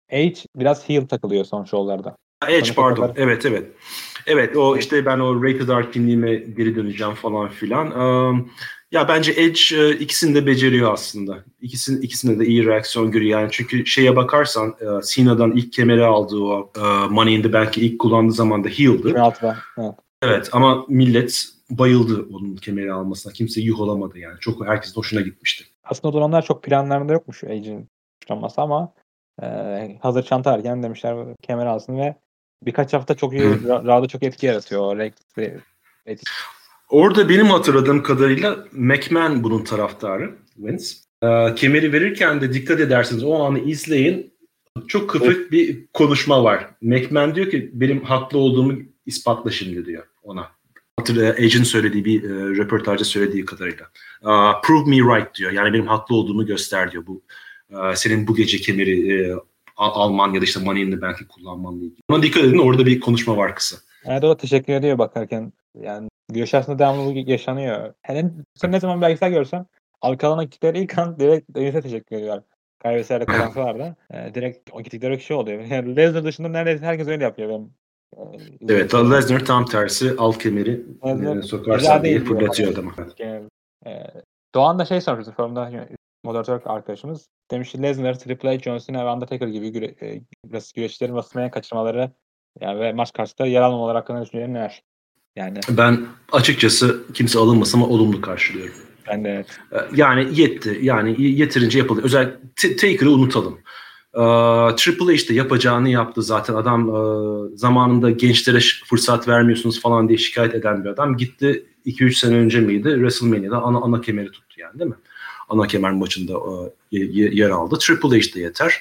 Edge biraz heel takılıyor son şovlarda. Edge pardon. Evet. Evet o işte ben o Rated R kimliğime geri döneceğim falan filan. Ya bence Edge ikisini de beceriyor aslında. İkisinde de iyi reaksiyon görüyor. Yani çünkü şeye bakarsan Cena'dan ilk kemeri aldığı o Money in the Bank'i ilk kullandığı zaman da heel'dı. 2006'da. Evet. Evet ama millet bayıldı onun kemeri almasına. Kimse yuh olamadı yani. Çok herkesin hoşuna gitmişti. Aslında o zamanlar çok planlarında yokmuş Edge'in kuşanması ama hazır çanta erken demişler kemer alsın ve birkaç hafta çok iyi Raw'da çok etki yaratıyor o etki. Orada benim hatırladığım kadarıyla McMahon bunun taraftarı Vince. Kemeri verirken de dikkat edersiniz o anı izleyin. Çok kıfık bir konuşma var. McMahon diyor ki benim haklı olduğumu ispatla şimdi diyor ona. Edge'in söylediği bir röportajda söylediği kadarıyla. Prove me right diyor. Yani benim haklı olduğumu göster diyor. Bu senin bu gece kemeri alman ya da işte Money in the Bank'i kullanmanla ilgili. Ona dikkat edin orada bir konuşma var kısa. Evet o da teşekkür ediyor bakarken. Yani güreş aslında devamlı bu yaşanıyor. Hele ne zaman belgesel görsem arkadan gittikleri ilk an direkt Edge'e teşekkür ediyorlar. Kaybetseler de kazansalar direkt o gittikleri kişi oluyor. Yani Lesnar dışında neredeyse herkes öyle yapıyor benim. Evet, Lesnar tam tersi al kemeri sokarsan diye fırlatıyor adamı. Doğan da sormuştu forumda moderatör arkadaşımız. Demiş ki Lesnar, Triple H, John Cena ve Undertaker gibi güreşçilerin WrestleMania kaçırmaları yani ve maç karşısında yer almamaları hakkında düşüncelerin neler? Yani ben açıkçası kimse alınmasın ama olumlu karşılıyorum. Ben de evet. Yani yetti. Yani yeterince yapıldı. Özellikle Taker'ı unutalım. Triple H de yapacağını yaptı zaten. Adam zamanında gençlere fırsat vermiyorsunuz falan diye şikayet eden bir adam. Gitti 2-3 sene önce miydi? WrestleMania'da ana kemeri tuttu yani değil mi? Ana kemer maçında yer aldı. Triple H de yeter.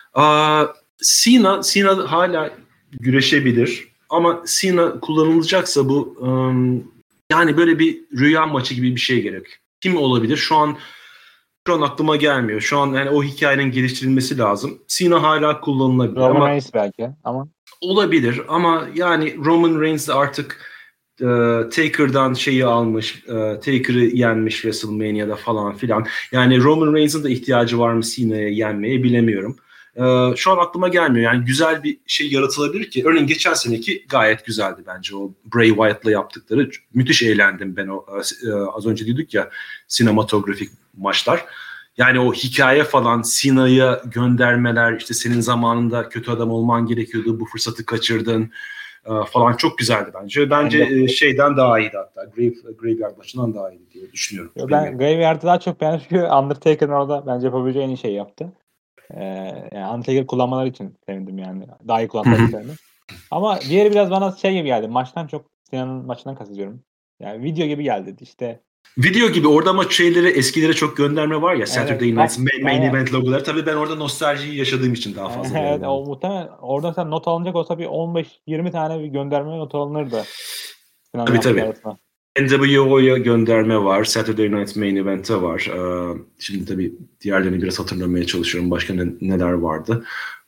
Cena hala güreşebilir. Ama Cena kullanılacaksa bu yani böyle bir rüya maçı gibi bir şey gerek. Kim olabilir? Şu an aklıma gelmiyor. Şu an yani o hikayenin geliştirilmesi lazım. Cena hala kullanılabilir. Roman Reigns belki ama. Olabilir ama yani Roman Reigns de artık Taker'dan şeyi almış, Taker'ı yenmiş WrestleMania'da falan filan. Yani Roman Reigns'in de ihtiyacı var mı Cena'ya yenmeye bilemiyorum. Şu an aklıma gelmiyor. Yani güzel bir şey yaratılabilir ki. Örneğin geçen seneki gayet güzeldi bence. O Bray Wyatt'la yaptıkları. Müthiş eğlendim ben o. Az önce dedik ya sinematografik maçlar. Yani o hikaye falan Cena'ya göndermeler işte senin zamanında kötü adam olman gerekiyordu. Bu fırsatı kaçırdın falan çok güzeldi bence. Bence şeyden daha iyiydi hatta. Graveyard maçından daha iyiydi diye düşünüyorum. Ben Graveyard'ı daha çok beğendim çünkü Undertaker'ın orada bence yapabileceği en iyi şeyi yaptı. Yani Undertaker kullanmaları için sevindim yani. Daha iyi kullanmaları sevindim. Ama diğeri biraz bana gibi geldi. Maçtan çok Sinan'ın maçından kastediyorum. Yani video gibi geldi işte. Video gibi orada ama eskilere çok gönderme var ya. Saturday Night's Main Event logoları. Tabii ben orada nostaljiyi yaşadığım için daha fazla. Evet o muhtemelen orada mesela not alınacak olsa bir 15-20 tane bir gönderme not alınırdı. Tabii. NWO'ya gönderme var. Saturday Night's Main Event'e var. Şimdi tabii diğerlerini biraz hatırlamaya çalışıyorum. Başka neler vardı.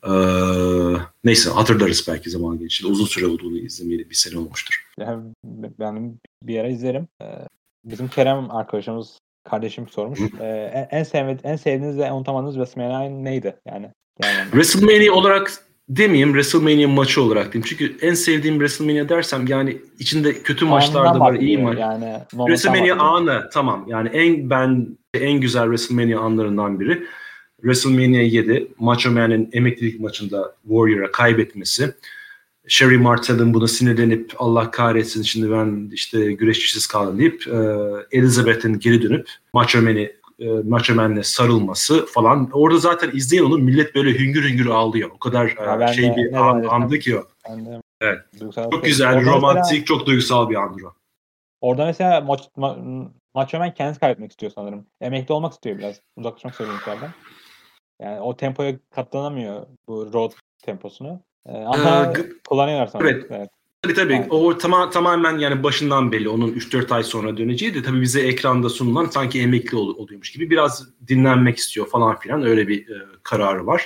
Neyse hatırlarız belki zaman geçti. Uzun süre olduğunu izlemeyeli bir sene olmuştur. Yani ben bir ara izlerim. Bizim Kerem arkadaşımız, kardeşim sormuş. En sevdiğiniz ve unutamadığınız WrestleMania neydi? Yani WrestleMania olarak demeyeyim, WrestleMania maçı olarak diyeyim. Çünkü en sevdiğim WrestleMania dersem yani içinde kötü maçlar da var, iyi maç. Yani WrestleMania anı tamam. Yani en güzel WrestleMania anlarından biri. WrestleMania 7, Macho Man'in emeklilik maçında Warrior'a kaybetmesi. Sherry Martel'in buna sinirlenip Allah kahretsin şimdi ben işte güreşçisiz kaldım deyip Elizabeth'in geri dönüp Macho Man'le sarılması falan. Orada zaten izleyen onu millet böyle hüngür hüngür ağlıyor. O kadar bir andı ki o. Evet. Çok güzel, romantik, mesela, çok duygusal bir andır o. Orada mesela Macho Man kendisi kaybetmek istiyor sanırım. Emekli olmak istiyor biraz. Uzaklaşmak istiyor ülkelerden. Yani o tempoya katlanamıyor bu road temposunu. Ama kullanıyorlar sonra. Evet. Tabii. Yani. O tamamen yani başından belli. Onun 3-4 ay sonra döneceği de tabii bize ekranda sunulan sanki emekli oluyormuş gibi. Biraz dinlenmek istiyor falan filan. Öyle bir kararı var.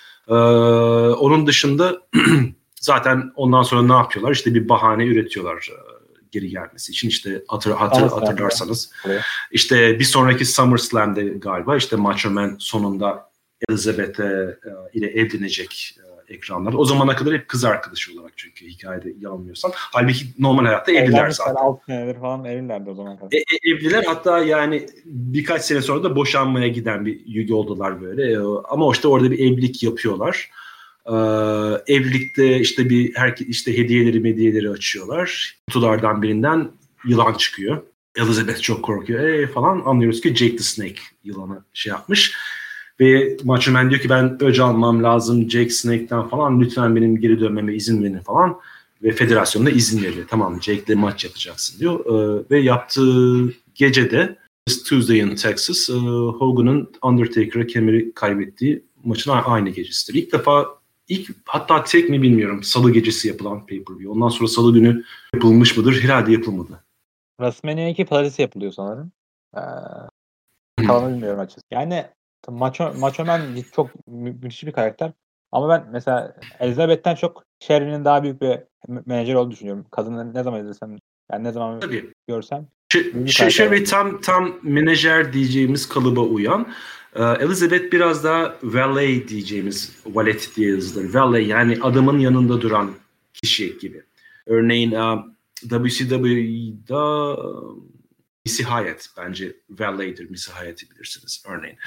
Onun dışında zaten ondan sonra ne yapıyorlar? İşte bir bahane üretiyorlar geri gelmesi için. İşte hatırlarsanız. Evet. İşte bir sonraki SummerSlam'de galiba işte Macho Man sonunda Elizabeth'e ile evlenecek ekranlar. O zamana kadar hep kız arkadaşı olarak çünkü hikayede yanılmıyorsam. Halbuki normal hayatta evliler zaten. 6 senedir falan evlilerdi o zaman kadar. Evliler, hatta yani birkaç sene sonra da boşanmaya giden bir yoldalar böyle. Ama işte orada bir evlilik yapıyorlar. Evlilikte işte işte hediyeleri açıyorlar. Kutulardan birinden yılan çıkıyor. Elizabeth çok korkuyor falan. Anlıyoruz ki Jake the Snake yılanı şey yapmış. Ve Macho Man diyor ki ben öc almam lazım Jake Snake'ten falan. Lütfen benim geri dönmeme izin verin falan. Ve federasyonda izin veriyor. Tamam, Jake'le maç yapacaksın diyor. Ve yaptığı gecede Tuesday in Texas, Hogan'ın Undertaker'a kemeri kaybettiği maçın aynı gecesidir. Hatta tek mi bilmiyorum, Salı gecesi yapılan pay-per-view. Ondan sonra Salı günü yapılmış mıdır? Herhalde yapılmadı. WrestleMania 2 Pazartesi yapılıyor sanırım. Kalanı bilmiyorum açıkçası. Yani Macho Man çok müthiş bir karakter. Ama ben mesela Elizabeth'ten çok Sherry'nin daha büyük bir menajer olduğunu düşünüyorum. Kadını ne zaman izlesem, yani ne zaman Tabii. görsem. Sherry tam menajer diyeceğimiz kalıba uyan. Elizabeth biraz daha valet diyeceğimiz, valet diye yazılır. Valet yani adamın yanında duran kişi gibi. Örneğin WCW'da Missy Hyatt bence valet'dir. Missy Hyatt'i bilirsiniz örneğin.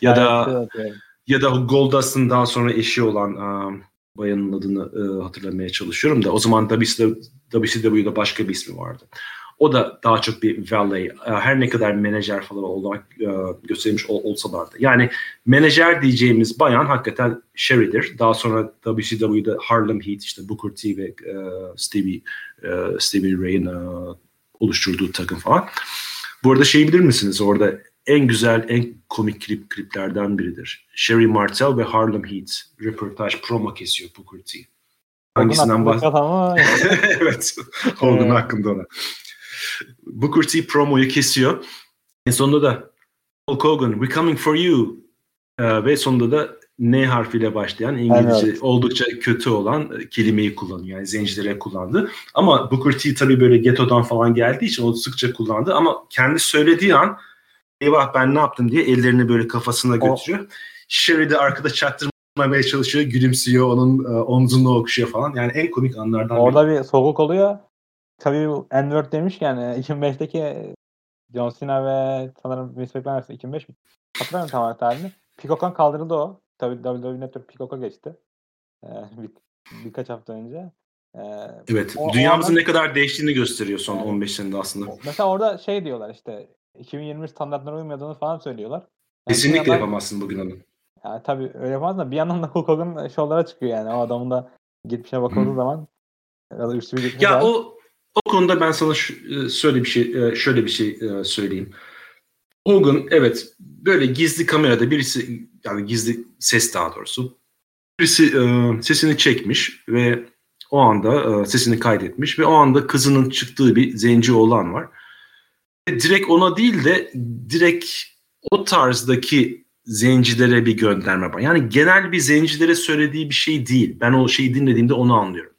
Ya da Goldust'ın daha sonra eşi olan bayanın adını hatırlamaya çalışıyorum da o zaman WCW'da başka bir ismi vardı. O da daha çok bir valet. Her ne kadar menajer falan olarak göstermiş olsalar da. Yani menajer diyeceğimiz bayan hakikaten Sherry'dir. Daha sonra WCW'da Harlem Heat, işte Booker T ve Stevie Ray'in oluşturduğu takım falan. Bu arada bilir misiniz? Orada en güzel, en komik kliplerden biridir. Sherry Martel ve Harlem Heat röportaj promo kesiyor Booker T. Hangisinden bahsediyor? Evet. Hogan hakkında ona. Booker T promoyu kesiyor. En sonunda da Hulk Hogan, we're coming for you. Ve sonunda da N harfiyle başlayan, İngilizce oldukça kötü olan kelimeyi kullanıyor. Yani zencilere kullandı. Ama Booker T tabii böyle ghetto'dan falan geldiği için o sıkça kullandı. Ama kendi söylediği an eyvah ben ne yaptım diye ellerini böyle kafasına götürüyor. Sherry de arkada çaktırmamaya çalışıyor, gülümsüyor, onun omzunu okşuyor falan. Yani en komik anlardan biri. Orada bir soğuk oluyor. Tabii N-word demişken 2005'teki John Cena ve sanırım Vince McMahon arasında 2005 mi? Hatırlamıyorum tam olarak tarihini. Peacock'tan kaldırıldı o. Tabii WWE Network Peacock'a geçti. Birkaç hafta önce. Evet. Dünyamızın ne kadar değiştiğini gösteriyor son 15 senede aslında. Mesela orada diyorlar işte 2020 standartlarına uymadığını falan söylüyorlar. Yani kesinlikle yapamazsın bugün onu. Yani tabii öyle yapamaz da bir yandan da Hulk Hogan şovlara çıkıyor yani. O adamın da geçmişine bakıldığı zaman üstü bir geçmişe ya o konuda ben sana şöyle bir şey söyleyeyim. Hogan evet böyle gizli kamerada birisi, yani gizli ses daha doğrusu, birisi sesini çekmiş ve o anda sesini kaydetmiş ve o anda kızının çıktığı bir zenci oğlan var. Direkt ona değil de direkt o tarzdaki zencilere bir gönderme var. Yani genel bir zencilere söylediği bir şey değil. Ben o şeyi dinlediğimde onu anlıyorum.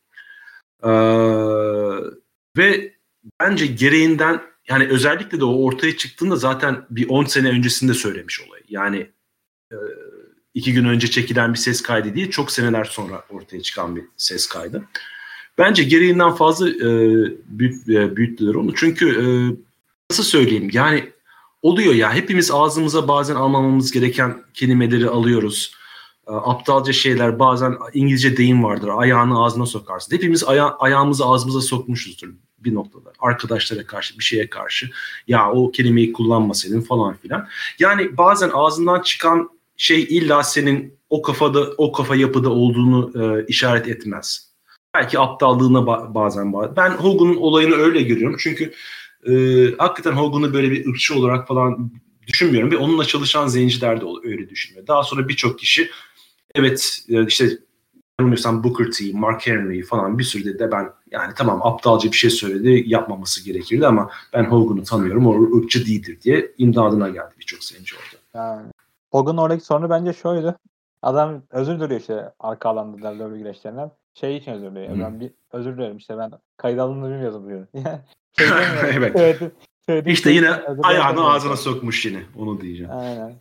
Ve bence gereğinden, yani özellikle de o ortaya çıktığında zaten bir 10 sene öncesinde söylemiş olayı. Yani 2 gün önce çekilen bir ses kaydı değil, çok seneler sonra ortaya çıkan bir ses kaydı. Bence gereğinden fazla büyüttüler onu. Çünkü nasıl söyleyeyim, yani oluyor ya, hepimiz ağzımıza bazen almamamız gereken kelimeleri alıyoruz. Aptalca şeyler, bazen İngilizce deyim vardır, ayağını ağzına sokarsın. Hepimiz ayağımızı ağzımıza sokmuşuzdur bir noktada. Arkadaşlara karşı, bir şeye karşı. Ya o kelimeyi kullanmasaydın falan filan. Yani bazen ağzından çıkan şey illa senin o kafa yapıda olduğunu işaret etmez. Belki aptallığına bazen. Ben Hogan'ın olayını öyle görüyorum. Çünkü hakikaten Hogan'ı böyle bir ırkçı olarak falan düşünmüyorum ve onunla çalışan zenciler de öyle düşünüyor. Daha sonra birçok kişi evet işte yanılmıyorsam Booker T, Mark Henry falan bir sürü de ben yani tamam aptalca bir şey söyledi, yapmaması gerekirdi ama ben Hogan'ı tanıyorum, o ırkçı değildir diye imdadına geldi birçok zenci orada. Yani Hogan oradaki sorunu bence şuydu. Adam özür diliyor işte arka alanda WWE güreşlerinden. için özür diliyor. Ben bir özür dilerim işte ben kayıt alındığını bilmiyordum diyor. Evet. İşte yine ayağını ağzına sokmuş yine. Onu diyeceğim. Aynen.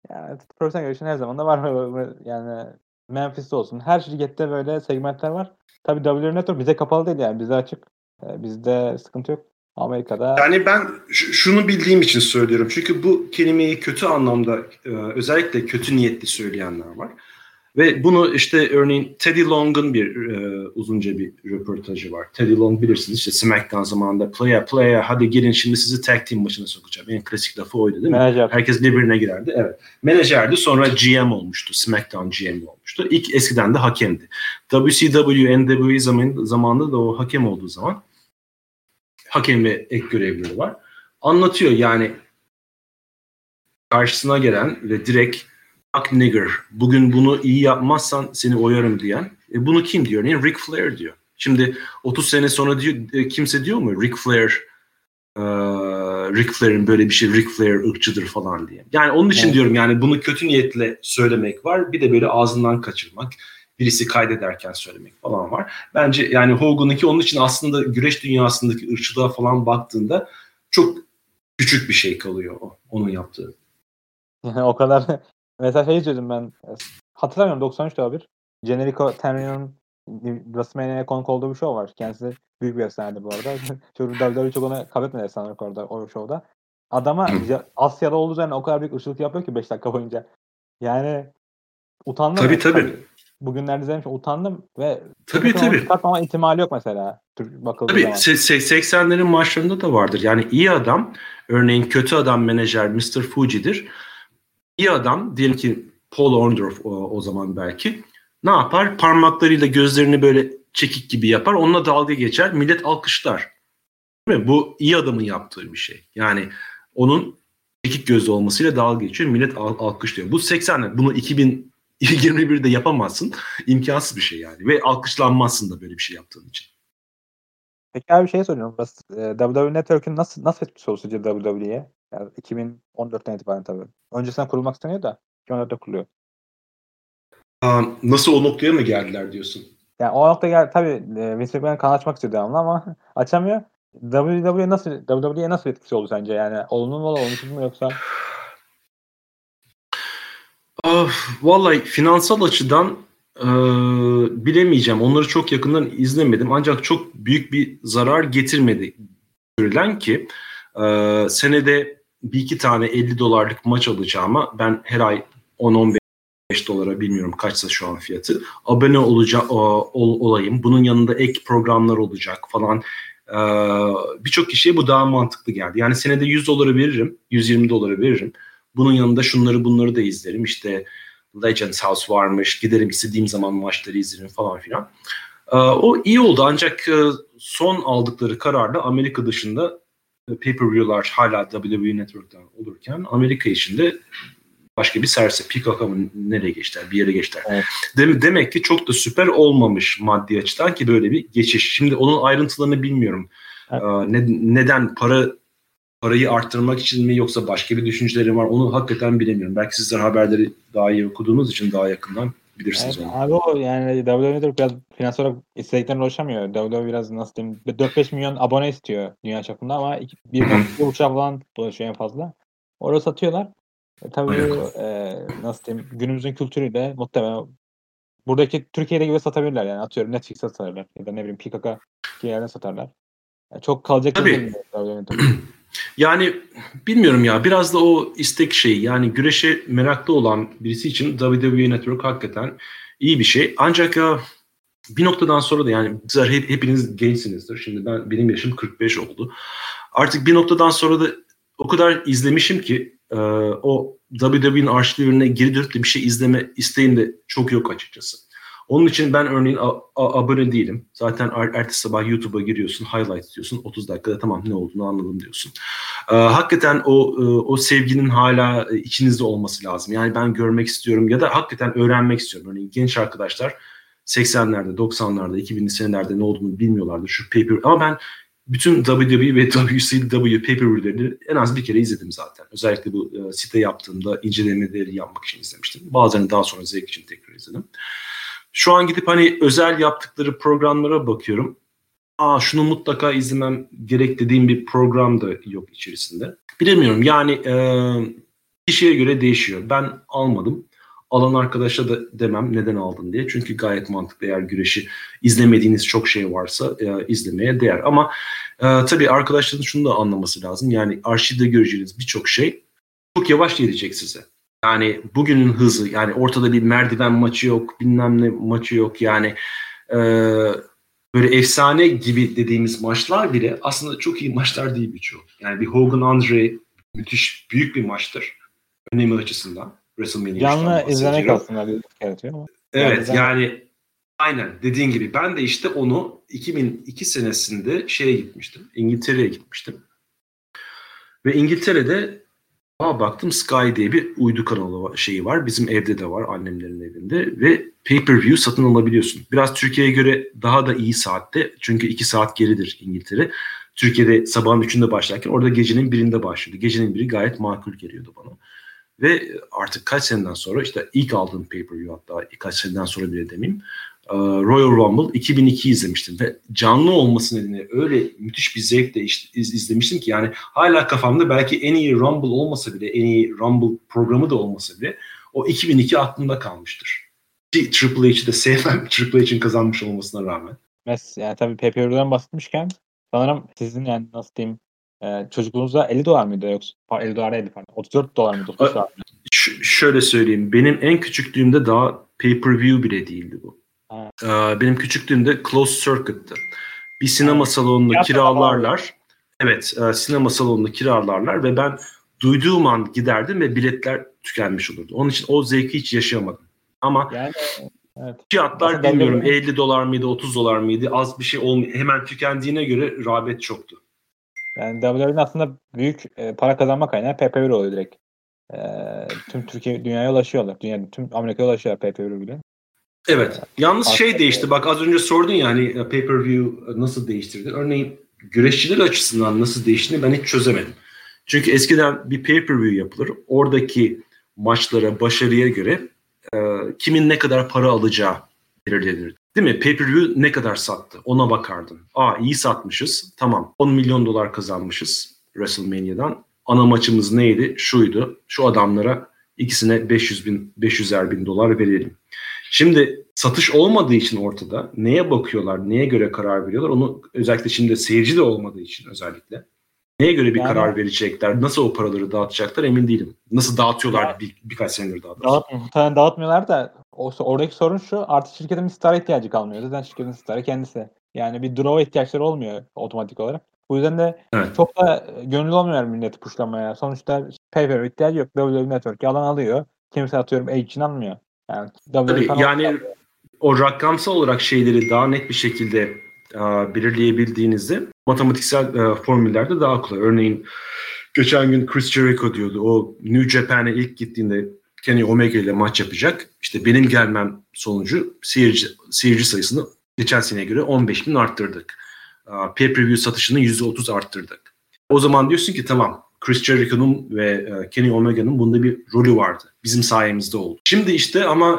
Yani profesyonel güreşin her zaman da var. Yani Memphis'te olsun. Her şirkette böyle segmentler var. Tabii WWE Network bize kapalı değil yani. Bize açık. Bizde sıkıntı yok. Amerika'da Yani ben şunu bildiğim için söylüyorum. Çünkü bu kelimeyi kötü anlamda özellikle kötü niyetli söyleyenler var. Ve bunu işte örneğin Teddy Long'un bir uzunca bir röportajı var. Teddy Long bilirsiniz işte SmackDown zamanında playa hadi girin şimdi sizi tag team maçına sokacağım. En klasik lafı oydu değil mi? menajer. Herkes birbirine girerdi. Evet. Menajerdi, sonra GM olmuştu. SmackDown GM olmuştu. İlk eskiden de hakemdi. WCW, NWA zamanında da o hakem olduğu zaman hakem ve ek görevlileri var. Anlatıyor yani karşısına gelen ve direkt "Fuck nigger, bugün bunu iyi yapmazsan seni oyarım" diyen. Bunu kim diyor? Ric Flair diyor. Şimdi 30 sene sonra diyor, kimse diyor mu Ric Flair'in böyle bir şey, Ric Flair ırkçıdır falan diye. Yani onun için diyorum yani bunu kötü niyetle söylemek var. Bir de böyle ağzından kaçırmak, birisi kaydederken söylemek falan var. Bence yani Hogan'ınki onun için aslında güreş dünyasındaki ırkçılığa falan baktığında çok küçük bir şey kalıyor onun yaptığı. Yani o kadar mesela şey izliyordum ben. Hatırlamıyorum 93'te o bir. Generico Tenrio'nun WrestleMania'ya konuk olduğu bir show var. Kendisi büyük bir efsanedir bu arada. Çocuk WWE çok ona kabul etmedi efsanelik orada o show'da. Adama Asya'da olduğu üzerine o kadar büyük ırkçılık yapıyor ki 5 dakika boyunca. Yani utandım yani. Tabii. Bugünlerde izlemişim utandım ve Tabii. çıkartmama ihtimali yok mesela bakıldığı Tabii zaman. 80'lerin maçlarında da vardır. Yani iyi adam, örneğin kötü adam menajer Mr. Fuji'dir. İyi adam, diyelim ki Paul Orndorff o zaman belki, ne yapar? Parmaklarıyla gözlerini böyle çekik gibi yapar. Onunla dalga geçer. Millet alkışlar. Değil mi? Bu iyi adamın yaptığı bir şey. Yani onun çekik gözlü olmasıyla dalga geçiyor. Millet alkışlıyor. Bu 80'ler. Bunu 2021'de yapamazsın. İmkansız bir şey yani. Ve alkışlanmazsın da böyle bir şey yaptığın için. Peki abi şey soruyorum. WWE Network'ün nasıl etkisi olur sizce WWE'ye? Yani 2014'ten itibaren tabii. Öncesinden kurulmak isteniyor da 2014'te kuruluyor. Nasıl o noktaya mı geldiler diyorsun? Yani o noktaya geldi tabii Vince McMahon kanal açmak istiyor devamlı ama açamıyor. WWE'ye nasıl etkisi olur sence? Yani olumlu mu olumsuz mu yoksa? Vallahi finansal açıdan bilemeyeceğim. Onları çok yakından izlemedim. Ancak çok büyük bir zarar getirmedi. Görülen ki senede bir iki tane $50 maç alacağıma ben her ay 10-15 dolara, bilmiyorum kaçsa şu an fiyatı, abone olayım. Bunun yanında ek programlar olacak falan. Birçok kişiye bu daha mantıklı geldi. Yani senede $100 veririm, $120 veririm. Bunun yanında şunları bunları da izlerim. İşte Legends House varmış, giderim istediğim zaman maçları izlerim falan filan. O iyi oldu, ancak son aldıkları kararla Amerika dışında pay-per-view'lar hala WWE Network'tan olurken Amerika içinde başka bir serse Peacock'a mı nereye geçtiler, bir yere geçtiler. Evet. Demek ki çok da süper olmamış maddi açıdan ki böyle bir geçiş. Şimdi onun ayrıntılarını bilmiyorum. Evet. Neden parayı arttırmak için mi yoksa başka bir düşünceleri var, onu hakikaten bilemiyorum. Belki sizler haberleri daha iyi okuduğunuz için daha yakından bilirsiniz Evet, onu. abi o yani WWE Network biraz finansal olarak istediklerine ulaşamıyor. WWE biraz nasıl diyeyim 4-5 milyon abone istiyor dünya çapında ama 1,5 falan dolaşıyor en fazla. Orada satıyorlar. Tabii bu nasıl diyeyim günümüzün kültürüyle muhtemelen buradaki Türkiye'de gibi satabilirler yani atıyorum Netflix'e satarlar ya da ne bileyim Peacock'a bir yerden satarlar. Yani çok kalacak gibi Tabii. durmuyor WWE Network. Yani bilmiyorum ya, biraz da o istek şeyi, yani güreşe meraklı olan birisi için WWE Network hakikaten iyi bir şey. Ancak bir noktadan sonra da, yani sizler hepiniz gençsinizdir. Şimdi benim yaşım 45 oldu. Artık bir noktadan sonra da o kadar izlemişim ki o WWE'nin arşivlerine geri dönüp de bir şey izleme isteğim de çok yok açıkçası. Onun için ben örneğin abone değilim. Zaten ertesi sabah YouTube'a giriyorsun, highlight diyorsun. 30 dakikada tamam ne olduğunu anladım diyorsun. Hakikaten o sevginin hala içinizde olması lazım. Yani ben görmek istiyorum ya da hakikaten öğrenmek istiyorum. Örneğin genç arkadaşlar 80'lerde, 90'larda, 2000'li senelerde ne olduğunu bilmiyorlardı. Şu pay-per-view. Ama ben bütün WWE ve WCW pay-per-view'lerini en az bir kere izledim zaten. Özellikle bu site yaptığımda incelemeleri yapmak için izlemiştim. Bazen daha sonra zevk için tekrar izledim. Şu an gidip hani özel yaptıkları programlara bakıyorum. Şunu mutlaka izlemem gerek dediğim bir program da yok içerisinde. Bilemiyorum yani kişiye göre değişiyor. Ben almadım. Alan arkadaşa da demem neden aldın diye. Çünkü gayet mantıklı, eğer güreşi izlemediğiniz çok şey varsa izlemeye değer. Ama tabii arkadaşların şunu da anlaması lazım. Yani arşivde göreceğiniz birçok şey çok yavaş gelecek size. Yani bugünün hızı, yani ortada bir merdiven maçı yok, bilmem ne maçı yok. Yani böyle efsane gibi dediğimiz maçlar bile aslında çok iyi maçlar değil birçoğu. Yani bir Hogan Andre müthiş büyük bir maçtır. Önemi açısından. WrestleMania Canlı izlemek aslında bir yaratıyor ama. Evet yani aynen dediğin gibi ben de işte onu 2002 senesinde gitmiştim. İngiltere'ye gitmiştim. Ve İngiltere'de baktım Sky diye bir uydu kanalı şeyi var. Bizim evde de var, annemlerin evinde ve pay-per-view satın alabiliyorsun. Biraz Türkiye'ye göre daha da iyi saatte. Çünkü 2 saat geridir İngiltere. Türkiye'de sabahın 3'ünde başlarken orada gecenin 1'inde başlıyordu. Gecenin 1'i gayet makul geliyordu bana. Ve artık kaç seneden sonra, işte ilk aldığım pay-per-view, hatta kaç seneden sonra bile demeyeyim, Royal Rumble 2002 izlemiştim ve canlı olması nedeniyle öyle müthiş bir zevkle izlemiştim ki yani hala kafamda, belki en iyi Rumble olmasa bile, en iyi Rumble programı da olmasa bile o 2002 aklımda kalmıştır. Triple H'yi de sevmem, Triple H'in kazanmış olmasına rağmen. Yani tabii pay-per-view'dan bahsetmişken sanırım sizin, yani nasıl diyeyim, çocukluğunuzda $50 mıydı, yoksa $50 değil, $34 mıydı? Şöyle söyleyeyim, benim en küçüklüğümde daha pay-per-view bile değildi bu. Benim küçüklüğümde closed circuit'tı. Bir sinema salonunu kiralarlar. Evet, sinema salonunu kiralarlar ve ben duyduğum an giderdim ve biletler tükenmiş olurdu. Onun için o zevki hiç yaşayamadım. Ama yani, evet. Fiyatlar bilmiyorum, $50 mıydı, $30 mıydı, az bir şey hemen tükendiğine göre rağbet çoktu. Yani WWE'nin aslında büyük para kazanma kaynağı pay-per-view oluyor direkt. Tüm Türkiye, dünyaya ulaşıyorlar. Tüm Amerika'ya ulaşıyor pay-per-view bile. Evet. Yalnız değişti. Bak az önce sordun ya hani pay-per-view nasıl değiştirdi? Örneğin güreşçiler açısından nasıl değiştiğini ben hiç çözemedim. Çünkü eskiden bir pay-per-view yapılır. Oradaki maçlara, başarıya göre kimin ne kadar para alacağı belirlenirdi. Değil mi? Pay-per-view ne kadar sattı? Ona bakardın. İyi satmışız. Tamam. $10 milyon kazanmışız WrestleMania'dan. Ana maçımız neydi? Şuydu. Şu adamlara ikisine $500'er bin verelim. Şimdi satış olmadığı için ortada neye bakıyorlar, neye göre karar veriyorlar, onu özellikle şimdi seyirci de olmadığı için özellikle neye göre bir karar verecekler, nasıl o paraları dağıtacaklar emin değilim. Nasıl dağıtıyorlar birkaç senedir daha doğrusu. Muhtemelen dağıtmıyorlar da oradaki sorun şu, artık şirketin bir stara ihtiyacı kalmıyor. Zaten şirketin starı kendisi. Yani bir draw ihtiyaçları olmuyor otomatik olarak. Bu yüzden de çok da gönüllü olmuyor milleti pushlamaya. Sonuçta pay-per-view ihtiyacı yok. WWE Network'ı alan alıyor. Kimse atıyorum için almıyor. Yani tabii yani o rakamsal olarak şeyleri daha net bir şekilde belirleyebildiğinizde matematiksel formüllerde daha kolay. Örneğin geçen gün Chris Jericho diyordu. O New Japan'e ilk gittiğinde Kenny Omega ile maç yapacak. İşte benim gelmem sonucu seyirci sayısını geçen seneye göre 15 bin arttırdık. Pay-per-view satışını %30 arttırdık. O zaman diyorsun ki tamam, Chris Jericho'nun ve Kenny Omega'nın bunda bir rolü vardı. Bizim sayemizde oldu. Şimdi işte ama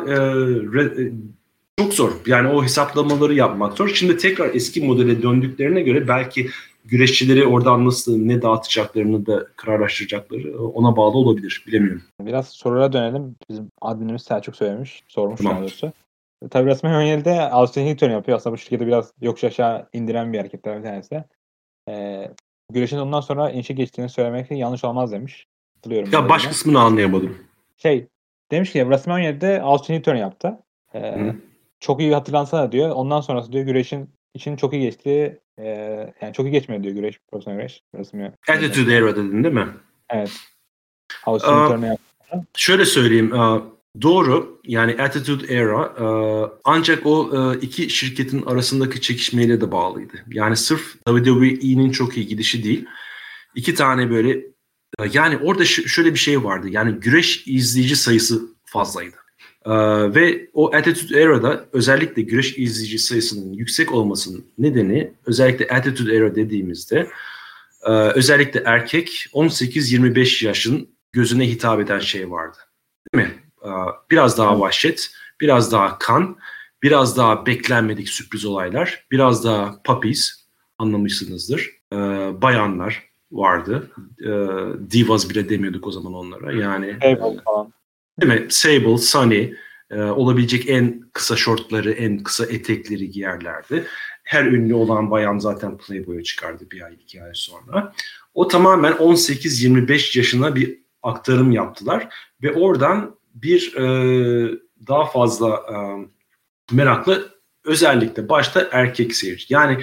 çok zor. Yani o hesaplamaları yapmak zor. Şimdi tekrar eski modele döndüklerine göre belki güreşçileri oradan nasıl, ne dağıtacaklarını da kararlaştıracakları ona bağlı olabilir. Bilemiyorum. Biraz sorulara dönelim. Bizim adminimiz Selçuk sormuş daha doğrusu. Tabii WrestleMania'da Austin Hilton yapıyor. Aslında bu şirketi biraz yokuş aşağı indiren bir hareketler bir tanesi. Güreşin ondan sonra inişe geçtiğini söylemek yanlış olmaz demiş. Ya baş kısmını anlayamadım. Demiş ki WrestleMania'da Austin Hilton yaptı. Çok iyi hatırlansa da diyor. Ondan sonrası diyor güreşin için çok iyi geçti. Yani çok iyi geçmedi diyor güreş, profesyonel güreş. Attitude Era dedin değil mi? Evet. Austin Hilton'u yaptı. Şöyle söyleyeyim. Doğru. Yani Attitude Era ancak o iki şirketin arasındaki çekişmeyle de bağlıydı. Yani sırf WWE'nin çok iyi gidişi değil. İki tane böyle, yani orada şöyle bir şey vardı. Yani güreş izleyici sayısı fazlaydı. Ve o Attitude Era'da özellikle güreş izleyici sayısının yüksek olmasının nedeni, özellikle Attitude Era dediğimizde özellikle erkek 18-25 yaşın gözüne hitap eden şey vardı. Değil mi? Biraz daha vahşet, biraz daha kan, biraz daha beklenmedik sürpriz olaylar, biraz daha puppies, anlamışsınızdır. Bayanlar, vardı. Divas bile demiyorduk o zaman onlara. Yani Sable falan. Değil mi? Sable, Sunny, olabilecek en kısa şortları, en kısa etekleri giyerlerdi. Her ünlü olan bayan zaten Playboy'a çıkardı bir ay, 2 ay sonra. O tamamen 18-25 yaşına bir aktarım yaptılar. Ve oradan bir daha fazla meraklı, özellikle başta erkek seyirci. Yani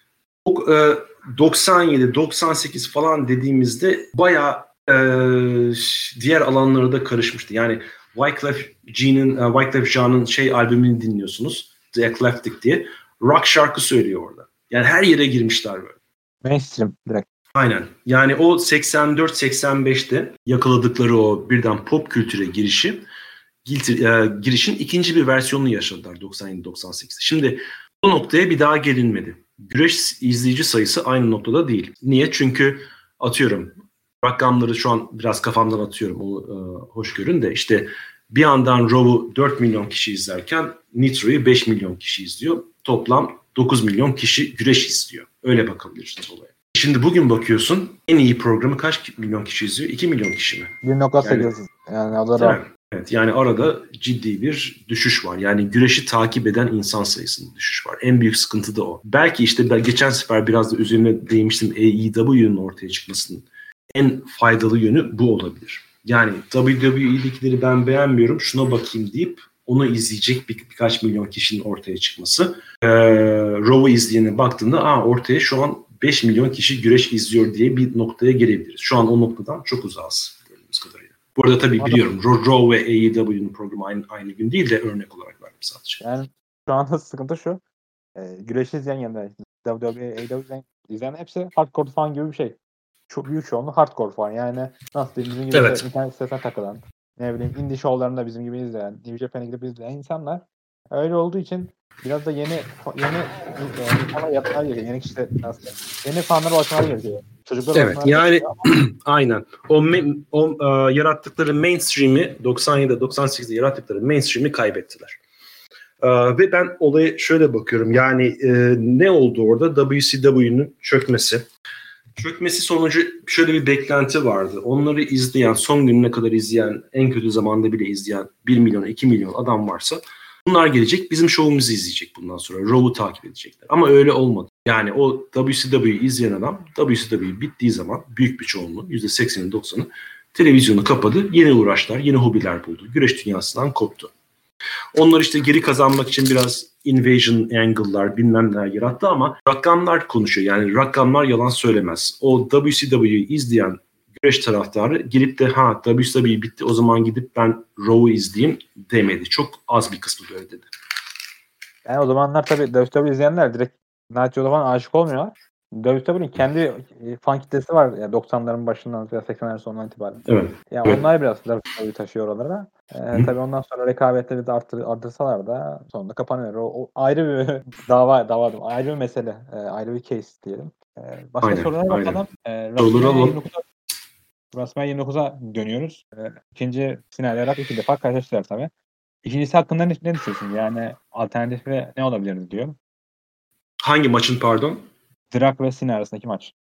97-98 falan dediğimizde bayağı diğer alanlara da karışmıştı. Yani Wyclef Jean'ın albümünü dinliyorsunuz. The Eclectic diye. Rock şarkı söylüyor orada. Yani her yere girmişler böyle. Mainstream direkt. Aynen. Yani o 84-85'te yakaladıkları o birden pop kültüre girişin ikinci bir versiyonunu yaşadılar 97-98'de. Şimdi bu noktaya bir daha gelinmedi. Güreş izleyici sayısı aynı noktada değil. Niye? Çünkü atıyorum, rakamları şu an biraz kafamdan atıyorum, onu hoş görün de, işte bir yandan Raw'u 4 milyon kişi izlerken Nitro'yu 5 milyon kişi izliyor. Toplam 9 milyon kişi güreş izliyor. Öyle bakabilirsiniz olaya. Şimdi bugün bakıyorsun, en iyi programı kaç milyon kişi izliyor? 2 milyon kişi mi? 1.8 yani o da Raw. Evet, yani arada ciddi bir düşüş var. Yani güreşi takip eden insan sayısında düşüş var. En büyük sıkıntı da o. Belki işte ben geçen sefer biraz da üzerine değinmiştim, AEW'nun ortaya çıkmasının en faydalı yönü bu olabilir. Yani WWE'dekileri ben beğenmiyorum, şuna bakayım deyip onu izleyecek birkaç milyon kişinin ortaya çıkması. Raw'u izleyene baktığında ortaya şu an 5 milyon kişi güreş izliyor diye bir noktaya gelebiliriz. Şu an o noktadan çok uzağız gördüğümüz kadarıyla. Bu arada tabii biliyorum Raw ve AEW'nun programı aynı gün değil de örnek olarak verdim sadece. Yani şu anda sıkıntı şu. Güreş izleyen yanında WWE, AEW izleyen hepsi hardcore fan gibi bir şey. Çok büyük çoğunluğu hardcore fan. Yani nasıl diyeyim, bizim gibi Evet. internet sitesine takılan, ne bileyim indie show'larında bizim gibi izleyen, New Japan'e gidip izleyen insanlar. Öyle olduğu için biraz da yeni insana yapmalar gerekiyor. Yeni kişiler, yeni fanlara ulaşmalar gerekiyor. Çocuklar evet, yani aynen. O yarattıkları mainstream'i 97-98'de yarattıkları mainstream'i kaybettiler. Ve ben olaya şöyle bakıyorum. Yani ne oldu orada? WCW'nun çökmesi. Çökmesi sonucu şöyle bir beklenti vardı. Onları izleyen, son gününe kadar izleyen, en kötü zamanda bile izleyen 1 milyon, 2 milyon adam varsa bunlar gelecek, bizim şovumuzu izleyecek bundan sonra. Raw'u takip edecekler. Ama öyle olmadı. Yani o WCW'yi izleyen adam, WCW bittiği zaman büyük bir çoğunluğu, %80'i 90'ı televizyonu kapadı. Yeni uğraşlar, yeni hobiler buldu. Güreş dünyasından koptu. Onlar işte geri kazanmak için biraz invasion angle'lar bilmem neler yarattı ama rakamlar konuşuyor. Yani rakamlar yalan söylemez. O WCW'yi izleyen güreş taraftarı girip de WCW bitti, o zaman gidip ben Raw'u izleyeyim demedi. Çok az bir kısmı böyle dedi. Yani o zamanlar tabii WWE izleyenler direkt Nitro falan aşık olmuyorlar. WWE'nin kendi fan kitlesi var ya, 90'ların başından veya 80'lerin sonundan itibaren. Evet. Yani evet. onlar biraz WWE'yi taşıyor oralara. Tabii ondan sonra rekabetleri de arttırsalar da sonunda kapanıyor. O ayrı bir dava ayrı bir mesele. Ayrı bir case diyelim. Başka sorulara bakalım. WrestleMania 29'a dönüyoruz. İkinci final olarak 2 defa karşılaştılar tabii. İkincisi hakkında ne düşünüyorsun? Yani alternatifi ne olabilir diyor. Hangi maçın pardon? Drak ve Cena arasındaki maç.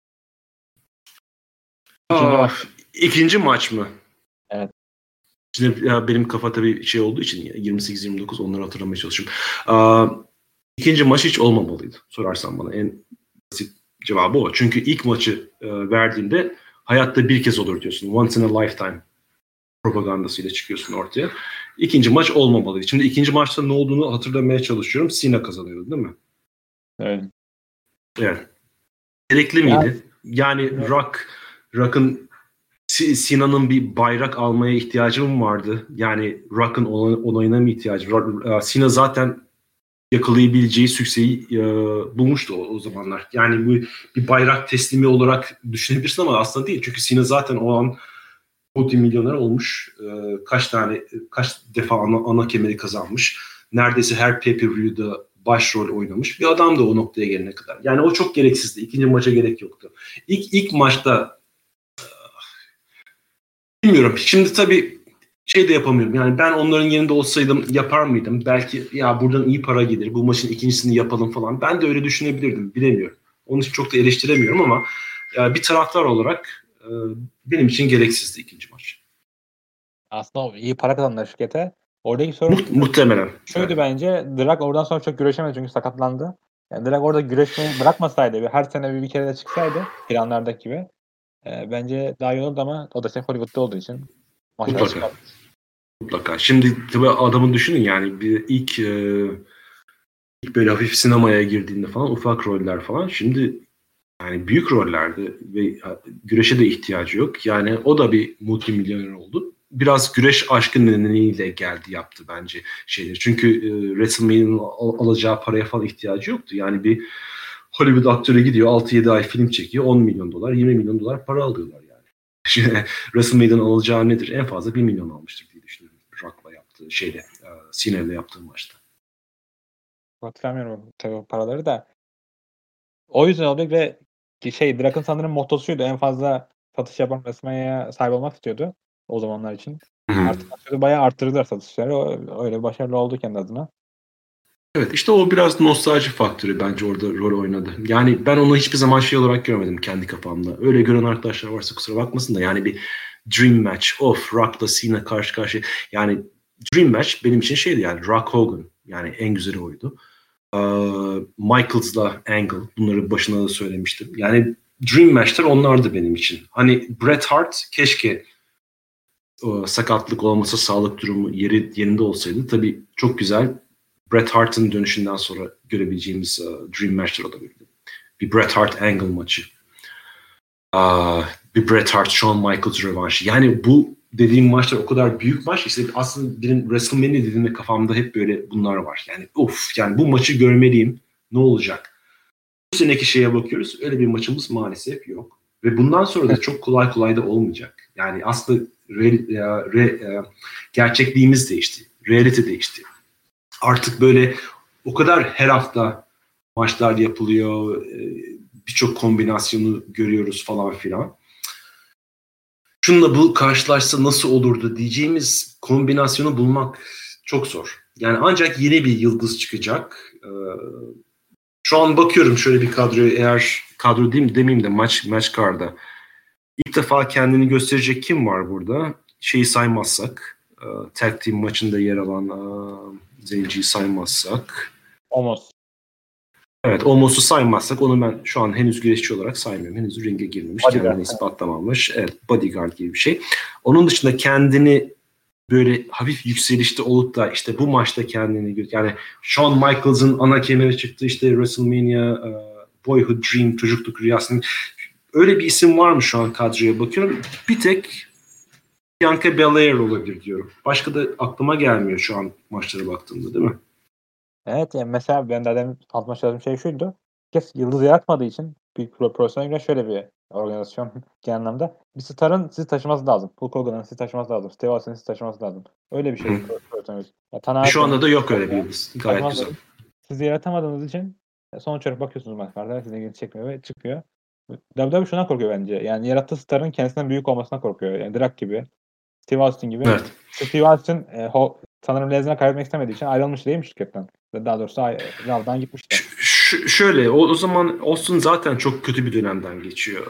İkinci maç mı? Evet. Şimdi benim kafa tabii şey olduğu için 28-29 onları hatırlamaya çalışıyorum. İkinci maç hiç olmamalıydı sorarsan bana. En basit cevabı o. Çünkü ilk maçı verdiğinde hayatta bir kez olur diyorsun. Once in a lifetime propagandasıyla çıkıyorsun ortaya. İkinci maç olmamalıydı. Şimdi ikinci maçta ne olduğunu hatırlamaya çalışıyorum. Cena kazanıyordu değil mi? Evet. Evet. Gerekli miydi? Yani Rock'ın Cena'nın bir bayrak almaya ihtiyacı mı vardı? Yani Rock'ın onayına mı ihtiyacı var? Cena zaten yakalayabileceği sükseyi bulmuştu o zamanlar. Yani bu bir bayrak teslimi olarak düşünebilirsin ama aslında değil. Çünkü Cena zaten o an multimilyoner olmuş. Kaç defa ana kemeri kazanmış. Neredeyse her pay-per-view'da başrol oynamış. Bir adam da o noktaya gelene kadar. Yani o çok gereksizdi. İkinci maça gerek yoktu. İlk maçta bilmiyorum. Şimdi tabii şey de yapamıyorum. Yani ben onların yerinde olsaydım yapar mıydım? Belki ya buradan iyi para gelir. Bu maçın ikincisini yapalım falan. Ben de öyle düşünebilirdim. Bilemiyorum. Onun için çok da eleştiremiyorum ama yani bir taraftar olarak benim için gereksizdi ikinci maç. Aslında iyi para kazandılar şirkete. Oradaki sorun Muhtemelen. şuydu Evet. bence. Drak oradan sonra çok güreşemedi çünkü sakatlandı. Yani Drak orada güreşmeyi bırakmasaydı ve her sene bir kere de çıksaydı planlardaki gibi bence daha iyi olurdu ama o da işte Hollywood'da olduğu için maçlara Mutlaka. çıkardı. Mutlaka. Şimdi tabii adamın düşünün yani bir ilk böyle hafif sinemaya girdiğinde falan ufak roller falan. Şimdi yani büyük rollerde ve güreşe de ihtiyacı yok. Yani o da bir multimilyoner oldu. Biraz güreş aşkı nedeniyle geldi yaptı bence şeyleri. Çünkü WrestleMania'nın alacağı paraya falan ihtiyacı yoktu. Yani bir Hollywood aktörü gidiyor 6-7 ay film çekiyor 10 milyon dolar 20 milyon dolar para alıyorlar yani. Şimdi WrestleMania'nın alacağı nedir? En fazla 1 milyon almıştır diye düşünüyorum. Rock'la yaptığı şeyle Cena'yla yaptığı maçta. Hatırlamıyorum tabii o paraları da. O yüzden oldu ve Drak'ın sanırım mottosuydu. En fazla satış yapan WrestleMania'ya sahip olmak istiyordu o zamanlar için. Artık bayağı arttırdılar satışları. Öyle başarılı oldu kendi adına. Evet işte o biraz nostalji faktörü bence orada rol oynadı. Yani ben onu hiçbir zaman şey olarak görmedim kendi kafamda. Öyle gören arkadaşlar varsa kusura bakmasın da yani bir dream match of Rock'la Cena karşı karşıya. Yani dream match benim için şeydi yani Rock Hogan yani en güzeli oydu. Michaels'la Angle bunları başına da söylemiştim. Yani dream match'ler onlardı benim için. Hani Bret Hart keşke sakatlık olmasa sağlık durumu yerinde olsaydı tabii çok güzel Bret Hart'ın dönüşünden sonra görebileceğimiz dream match'ler olabilirdi. Bir Bret Hart Angle maçı. Bir Bret Hart Shawn Michaels rövanşı. Yani bu dediğim maçlar o kadar büyük maç. İşte aslında benim WrestleMania dediğimde kafamda hep böyle bunlar var. Yani yani bu maçı görmeliyim. Ne olacak? Bu seneki şeye bakıyoruz. Öyle bir maçımız maalesef yok. Ve bundan sonra da çok kolay kolay da olmayacak. Yani aslında gerçekliğimiz değişti. Realite değişti. Artık böyle o kadar her hafta maçlar yapılıyor. Birçok kombinasyonu görüyoruz falan filan. Şununla bu karşılaşsa nasıl olurdu diyeceğimiz kombinasyonu bulmak çok zor. Yani ancak yeni bir yıldız çıkacak. Şu an bakıyorum şöyle bir kadroya eğer kadro demeyeyim de maç card'a. İlk defa kendini gösterecek kim var burada? Şeyi saymazsak. Tag Team maçında yer alan Zenci'yi saymazsak. Omos. Evet, Omos'u saymazsak onu ben şu an henüz güreşçi olarak saymıyorum. Henüz ringe girmemiş, Bodyguard. kendini ispatlamamış. Evet, bodyguard gibi bir şey. Onun dışında kendini böyle hafif yükselişte olup da işte bu maçta kendini yani Shawn Michaels'ın ana kemeri çıktı işte WrestleMania Boyhood Dream çocukluk rüyasının öyle bir isim var mı şu an kadroya bakıyorum. Bir tek Bianca Belair olabilir diyorum. Başka da aklıma gelmiyor şu an maçlara baktığımda değil mi? Evet yani mesela ben de demin altına çizdiğim şey şuydu. Kes yıldız yaratmadığı için bir profesyonel güreş şöyle bir organizasyon genel anlamda. Bir starın sizi taşıması lazım. Hulk Hogan'ın sizi taşıması lazım. Steve Austin'in sizi taşıması lazım. Öyle bir şey profesyonel güreş. Ya, Şu anda Tanahashi'nin da yok öyle bir yıldız. Gayet taşıması güzel. lazım. Sizi yaratamadığınız için sonuç olarak bakıyorsunuz maçlarda sizin ilginizi çekmiyor ve çıkıyor. WWE şuna korkuyor bence. Yani yarattığı starın kendisinden büyük olmasına korkuyor. Yani Drak gibi, Steve Austin gibi. Evet. Steve Austin sanırım Lesnar'ı kaybetmek istemediği için ayrılmış değil mi şirketten? Daha doğrusu Raw'dan gitmişti. Şöyle o zaman Austin zaten çok kötü bir dönemden geçiyor.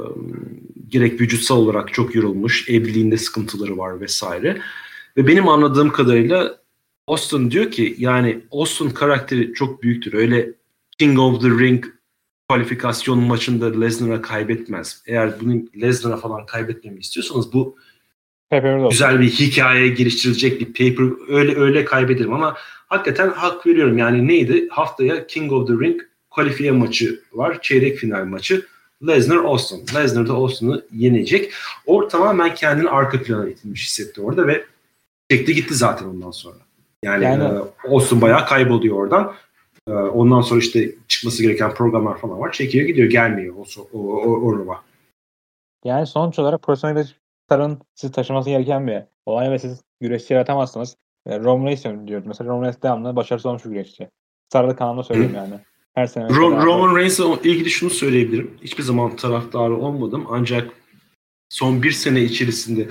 Gerek vücutsal olarak çok yorulmuş, evliliğinde sıkıntıları var vesaire. Ve benim anladığım kadarıyla Austin diyor ki yani Austin karakteri çok büyüktür. Öyle King of the Ring kualifikasyon maçında Lesnar'a kaybetmez. Eğer bunu Lesnar'a falan kaybetmemi istiyorsanız bu güzel bir hikaye geliştirilecek bir paper öyle kaybederim ama hakikaten hak veriyorum. Yani neydi? Haftaya King of the Ring kualifiye maçı var. Çeyrek final maçı. Lesnar Austin. Lesnar da Austin'ı yenecek. O tamamen kendini arka plana itilmiş hissetti orada ve çekti gitti zaten ondan sonra. Yani Austin bayağı kayboluyor oradan. Ondan sonra işte çıkması gereken programlar falan var. Çekiyor gidiyor. Gelmiyor o Rova. Yani sonuç olarak profesyonel starın sizi taşıması gereken bir olay ve siz güreşçi yaratamazsınız. Roman Reigns diyoruz. Mesela Roman Reigns devamlı başarısız olmuş bir güreşçi. Starlık kanalında söylüyorum yani. Her sene mesela Roman Reigns'le ilgili şunu söyleyebilirim. Hiçbir zaman taraftarı olmadım. Ancak son bir sene içerisinde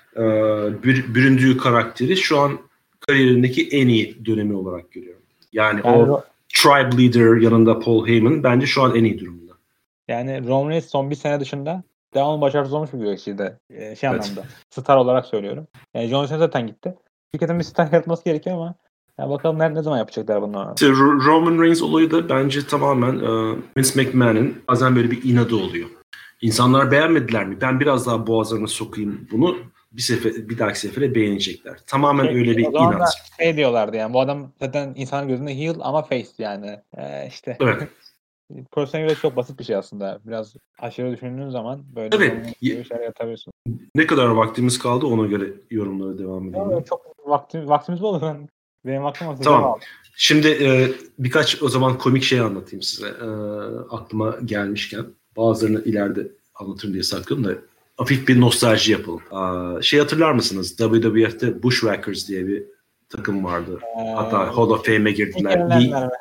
büründüğü karakteri şu an kariyerindeki en iyi dönemi olarak görüyorum. Yani o tribe leader yanında Paul Heyman bence şu an en iyi durumda. Yani Roman Reigns son bir sene dışında devamlı başarısız olmuş bir güreşçiydi. Şey Evet. anlamda. Star olarak söylüyorum. Yani John Cena zaten gitti. Şirketin bir star yaratması gerekiyor ama ya bakalım ne zaman yapacaklar bunu. İşte Roman Reigns olayı da bence tamamen Vince McMahon'ın bazen böyle bir inadı oluyor. İnsanlar beğenmediler mi? Ben biraz daha boğazlarına sokayım bunu. Bir dahaki sefere beğenecekler. Tamamen öyle bir O zaman da inat. şey diyorlardı yani bu adam zaten insanın gözünde heel ama face yani. İşte Evet. profesyonel güreş çok basit bir şey aslında. Biraz aşırı düşündüğün zaman böyle Evet. güreşler yatabiliyorsun. Ne kadar vaktimiz kaldı ona göre yorumlara devam edelim. Ya, çok vaktimiz oldu. Benim vaktim var. Tamam. Şimdi birkaç o zaman komik şey anlatayım size. Aklıma gelmişken. Bazılarını ileride anlatırım diye saklıyorum da hafif bir nostalji yapalım. Şey hatırlar mısınız? WWF'de Bushwhackers diye bir takım vardı. Hatta Hall of Fame'e girdiler.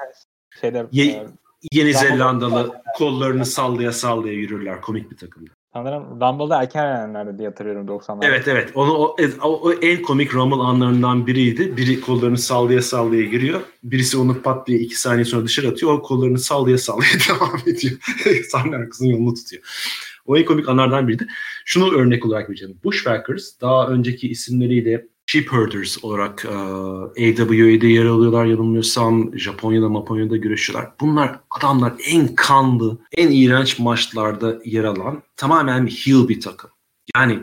Yeni Zelandalı kollarını sallaya sallaya yürürler. Komik bir takımdı. Sanırım Rumble'da erken elenenlerdi diye hatırlıyorum 90'larda. Evet. O en komik Rumble anlarından biriydi. Biri kollarını sallaya sallaya giriyor. Birisi onu pat diye 2 saniye sonra dışarı atıyor. O kollarını sallaya sallaya devam ediyor. Sahne arkasının yolunu tutuyor. O en komik anlardan biriydi. Şunu örnek olarak vereceğim. Bushwhackers daha önceki isimleriyle Sheep Herders olarak AWA'de yer alıyorlar yanılmıyorsam. Japonya'da güreşiyorlar. Bunlar adamlar en kanlı, en iğrenç maçlarda yer alan tamamen heel bir takım. Yani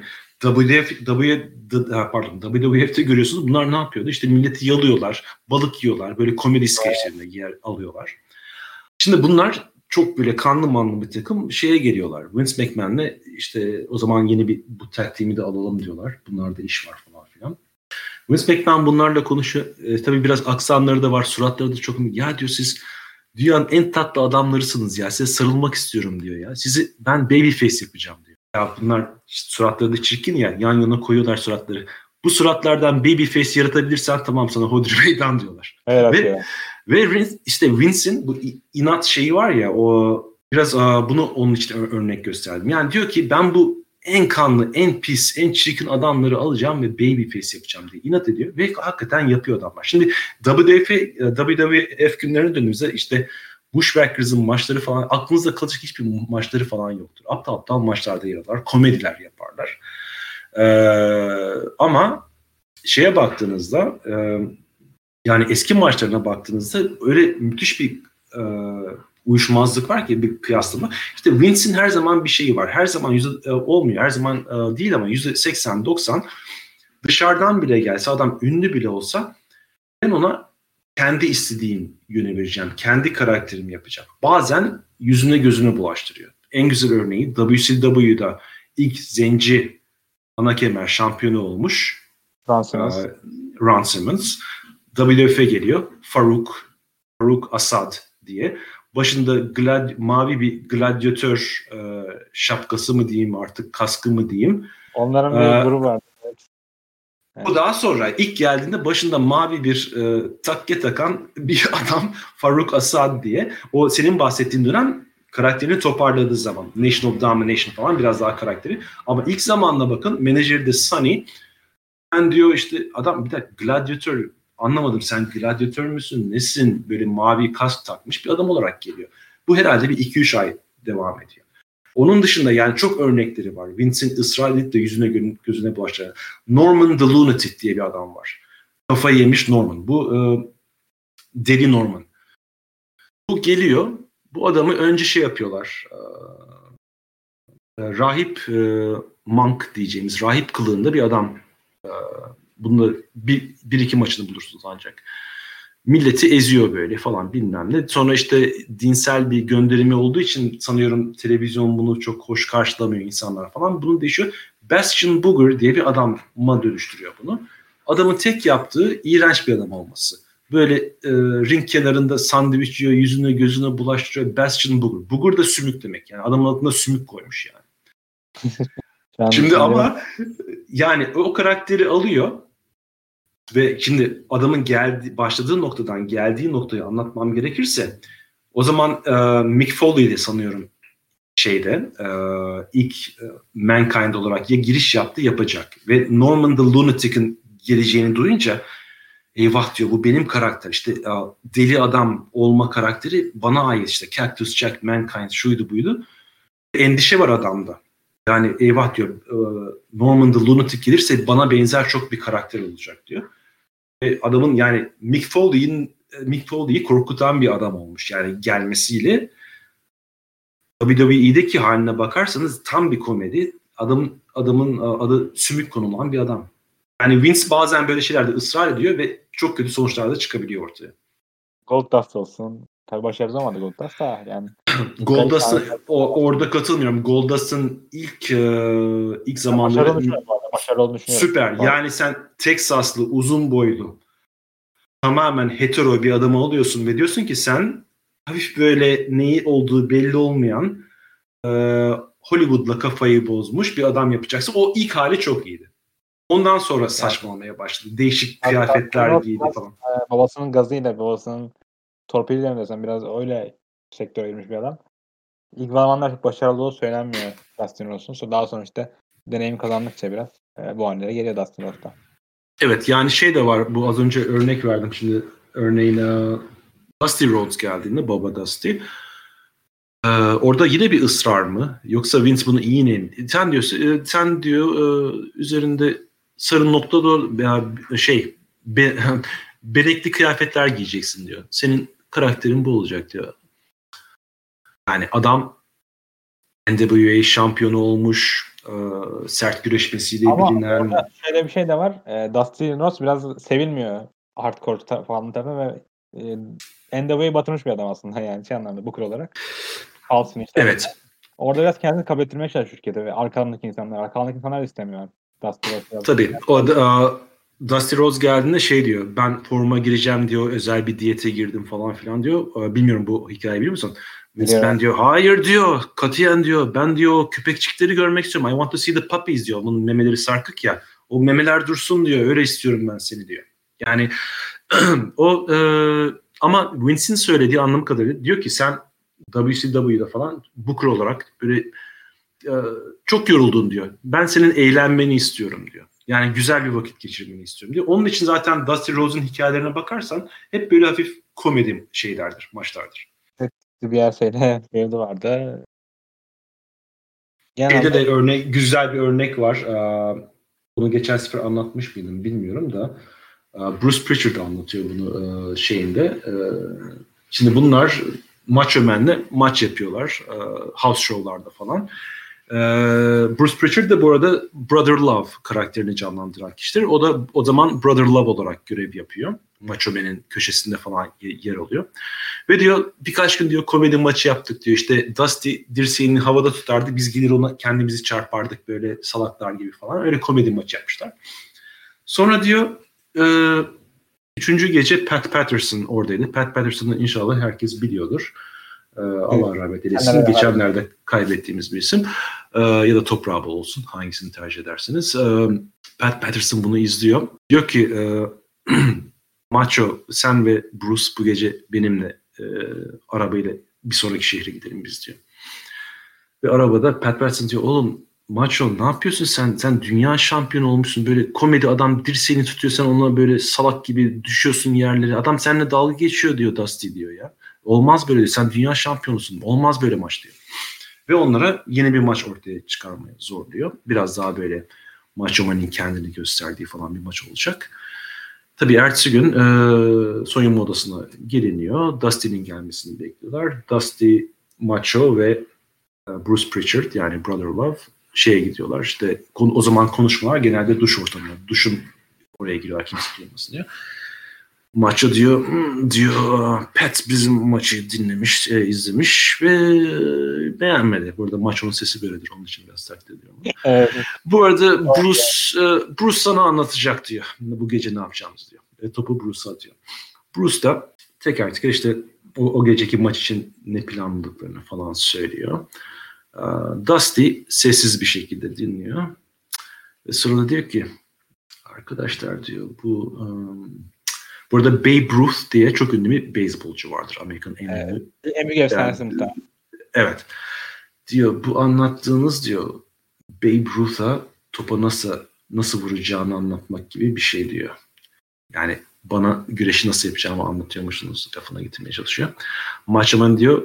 WWF'te görüyorsunuz bunlar ne yapıyordu? İşte milleti yalıyorlar, balık yiyorlar, böyle komedi skeçlerinde yer alıyorlar. Şimdi bunlar çok böyle kanlı manlı bir takım şeye geliyorlar. Vince McMahon'le işte o zaman yeni bir bu tag team'i de alalım diyorlar. Bunlarda iş var falan filan. Vince McMahon bunlarla konuşuyor. Tabii biraz aksanları da var, suratları da çok... Ya diyor siz dünyanın en tatlı adamlarısınız ya. Size sarılmak istiyorum diyor ya. Sizi ben babyface yapacağım diyor. Ya bunlar işte suratları da çirkin ya. Yan yana koyuyorlar suratları. Bu suratlardan babyface yaratabilirsen tamam sana hodri meydan diyorlar. Evet, ve işte Vince'in bu inat şeyi var ya o biraz bunu onun için örnek gösterdim. Yani diyor ki ben bu en kanlı, en pis, en çirkin adamları alacağım ve babyface yapacağım diye inat ediyor. Ve hakikaten yapıyor adamlar. Şimdi WWF günlerine döndüğümüzde işte Bushwhackers'ın maçları falan aklınızda kalacak hiçbir maçları falan yoktur. Aptal maçlarda yer alırlar. Komediler yaparlar. Ama şeye baktığınızda yani eski maçlarına baktığınızda öyle müthiş bir uyuşmazlık var ki bir kıyaslama. İşte Vince'in her zaman bir şeyi var. Her zaman olmuyor. Her zaman değil ama %80-90 dışarıdan bile gelse adam ünlü bile olsa ben ona kendi istediğim yöne vereceğim. Kendi karakterimi yapacağım. Bazen yüzüne gözüne bulaştırıyor. En güzel örneği WCW'da ilk zenci ana kemer şampiyonu olmuş Ron Simmons. WWF'e geliyor. Faruk Asad diye. Başında mavi bir gladyatör şapkası mı diyeyim artık, kaskı mı diyeyim. Onların bir grubu var. Evet. O daha sonra ilk geldiğinde başında mavi bir takke takan bir adam Faruk Asad diye. O senin bahsettiğin dönem karakterini toparladığı zaman. Nation of Domination falan biraz daha karakteri. Ama ilk zamanla bakın menajeri de Sunny. Ben diyor işte adam bir dakika gladyatör anlamadım sen gladyatör müsün nesin böyle mavi kask takmış bir adam olarak geliyor. Bu herhalde bir 2-3 ay devam ediyor. Onun dışında yani çok örnekleri var. Vince'in ısrar edip de yüzüne gözüne bulaştıran. Norman the Lunatic diye bir adam var. Kafayı yemiş Norman. Bu deli Norman. Bu geliyor. Bu adamı önce şey yapıyorlar. Rahip monk diyeceğimiz rahip kılığında bir adam. Bunda bir iki maçını bulursunuz ancak. Milleti eziyor böyle falan bilmem ne. Sonra işte dinsel bir gönderimi olduğu için sanıyorum televizyon bunu çok hoş karşılamıyor insanlar falan. Bunu değişiyor. Bastion Booger diye bir adama dönüştürüyor bunu. Adamın tek yaptığı iğrenç bir adam olması. Böyle ring kenarında sandviç yiyor, yüzüne gözüne bulaştırıyor. Bastion Booger. Booger da sümük demek yani. Adamın adına sümük koymuş yani. Şimdi ama yani o karakteri alıyor ve şimdi adamın başladığı noktadan geldiği noktayı anlatmam gerekirse o zaman Mick Foley'de sanıyorum ilk Mankind olarak ya giriş yapacak ve Norman the Lunatic'in geleceğini duyunca eyvah diyor bu benim karakter işte deli adam olma karakteri bana ait işte Cactus Jack, Mankind şuydu buydu. endişe var adamda. Yani eyvah diyor, Norman the Lunatic gelirse bana benzer çok bir karakter olacak diyor. Ve adamın yani Mick Foley'i korkutan bir adam olmuş yani gelmesiyle. WWE'deki haline bakarsanız tam bir komedi. Adamın adı sümük konulan bir adam. Yani Vince bazen böyle şeylerde ısrar ediyor ve çok kötü sonuçlar da çıkabiliyor ortaya. Goldust olsun. Tabii başarılı olmadı Goldust da yani. Goldust'ın orada katılmıyorum. Goldust'ın ilk zamanları başarılı olduğunu düşünüyorum. Süper. Yani sen Teksaslı, uzun boylu, tamamen hetero bir adamı alıyorsun ve diyorsun ki sen hafif böyle neyi olduğu belli olmayan Hollywood'la kafayı bozmuş bir adam yapacaksın. O ilk hali çok iyiydi. Ondan sonra saçmalamaya başladı. Değişik kıyafetler giydi falan. Babasının gazıyla, babasının torpiliyle mi desem biraz öyle sektöre girmiş bir adam. İlk zamanlar çok başarılı olduğu söylenmiyor Dustin Rhodes. Daha sonra işte deneyim kazandıkça biraz bu hanelere geliyor Dustin Rhodes'ta. Evet yani şey de var. Bu az önce örnek verdim. Şimdi örneğin Dusty Rhodes geldiğinde, Baba Dusty. Orada yine bir ısrar mı? Yoksa Vince bunu iyi mi? Sen diyor üzerinde sarı noktalı benekli kıyafetler giyeceksin diyor. Senin karakterin bu olacak diyor. Yani adam NWA şampiyonu olmuş, sert güreşmesiyle bilinen. Ama şöyle bir şey de var. Dusty Rhodes biraz sevilmiyor hardcore falan tarafı ve NWA'yı batırmış bir adam aslında yani şey anlamda Booker olarak. Kalsın işte. Evet. Orada biraz kendini kabul ettirmeye çalışıyor şirkete ve arkamdaki insanlar istemiyor. Dusty Rhodes. Tabii. Dusty Rhodes geldiğinde şey diyor. Ben foruma gireceğim diyor. Özel bir diyete girdim falan filan diyor. Bilmiyorum bu hikayeyi biliyor musun? Ben diyor hayır diyor. Katiyen diyor. Ben diyor köpekçikleri görmek istiyorum. I want to see the puppies diyor. Bunun memeleri sarkık ya. O memeler dursun diyor. Öyle istiyorum ben seni diyor. Yani ama Vince'in söylediği anlamı kadarıyla diyor ki sen WCW'da falan Booker olarak böyle çok yoruldun diyor. Ben senin eğlenmeni istiyorum diyor. Yani güzel bir vakit geçirmeni istiyorum diyor. Onun için zaten Dusty Rhodes'un hikayelerine bakarsan hep böyle hafif komedi şeylerdir, maçlardır. Bir şeyde vardı. Şeyde de güzel bir örnek var. Bunu geçen sefer anlatmış mıydım bilmiyorum da. Bruce Pritchard anlatıyor bunu şeyinde. Şimdi bunlar Macho Man'le maç yapıyorlar. House show'larda falan. Bruce Pritchard da bu arada Brother Love karakterini canlandıran kişidir. O da o zaman Brother Love olarak görev yapıyor. Macho Man'in köşesinde falan yer alıyor. Ve diyor birkaç gün diyor komedi maçı yaptık diyor. İşte Dusty dirseğini havada tutardı. Biz gelir ona kendimizi çarpardık böyle salaklar gibi falan. Öyle komedi maçı yapmışlar. Sonra diyor 3. gece Pat Patterson oradaydı. Pat Patterson'ı inşallah herkes biliyordur. Allah rahmet eylesin. Geçenlerde kaybettiğimiz bir isim. Ya da toprağı bol olsun. Hangisini tercih edersiniz. Pat Patterson bunu izliyor. Diyor ki Macho sen ve Bruce bu gece benimle arabayla bir sonraki şehre gidelim biz diyor. Ve arabada Pat Patterson diyor oğlum Macho ne yapıyorsun sen? Sen dünya şampiyonu olmuşsun. Böyle komedi adam dirseğini tutuyor sen ona böyle salak gibi düşüyorsun yerlere. Adam seninle dalga geçiyor diyor Dusty diyor ya. Olmaz böyle. Sen dünya şampiyonusun. Olmaz böyle maç diyor. Ve onlara yeni bir maç ortaya çıkarmaya zorluyor. Biraz daha böyle Macho Man'in kendini gösterdiği falan bir maç olacak. Tabii ertesi gün soyunma odasına geliniyor. Dusty'nin gelmesini bekliyorlar. Dusty, Macho ve Bruce Pritchard yani Brother Love şeye gidiyorlar. İşte o zaman konuşmalar genelde duş ortamında. Duşun oraya giriyorlar kimse duymasın diyor. Maço diyor Pat bizim maçı dinlemiş, izlemiş ve beğenmedi. Bu arada Maço'nun sesi böyledir. Onun için biraz taklit ediyorum. Evet. Bu arada Bruce sana anlatacak diyor. Bu gece ne yapacağımızı diyor. Topu Bruce'a atıyor. Bruce da teker teker işte o geceki maç için ne planladıklarını falan söylüyor. Dusty sessiz bir şekilde dinliyor. Ve sonra diyor ki arkadaşlar diyor burada Babe Ruth diye çok ünlü bir beyzbolcu vardır. Amerika'nın en ünlü. En büyük efsanesi muhtemelen. Evet. Diyor bu anlattığınız diyor Babe Ruth'a topa nasıl vuracağını anlatmak gibi bir şey diyor. Yani bana güreşi nasıl yapacağımı anlatıyormuşsunuz lafına getirmeye çalışıyor. Macho Man diyor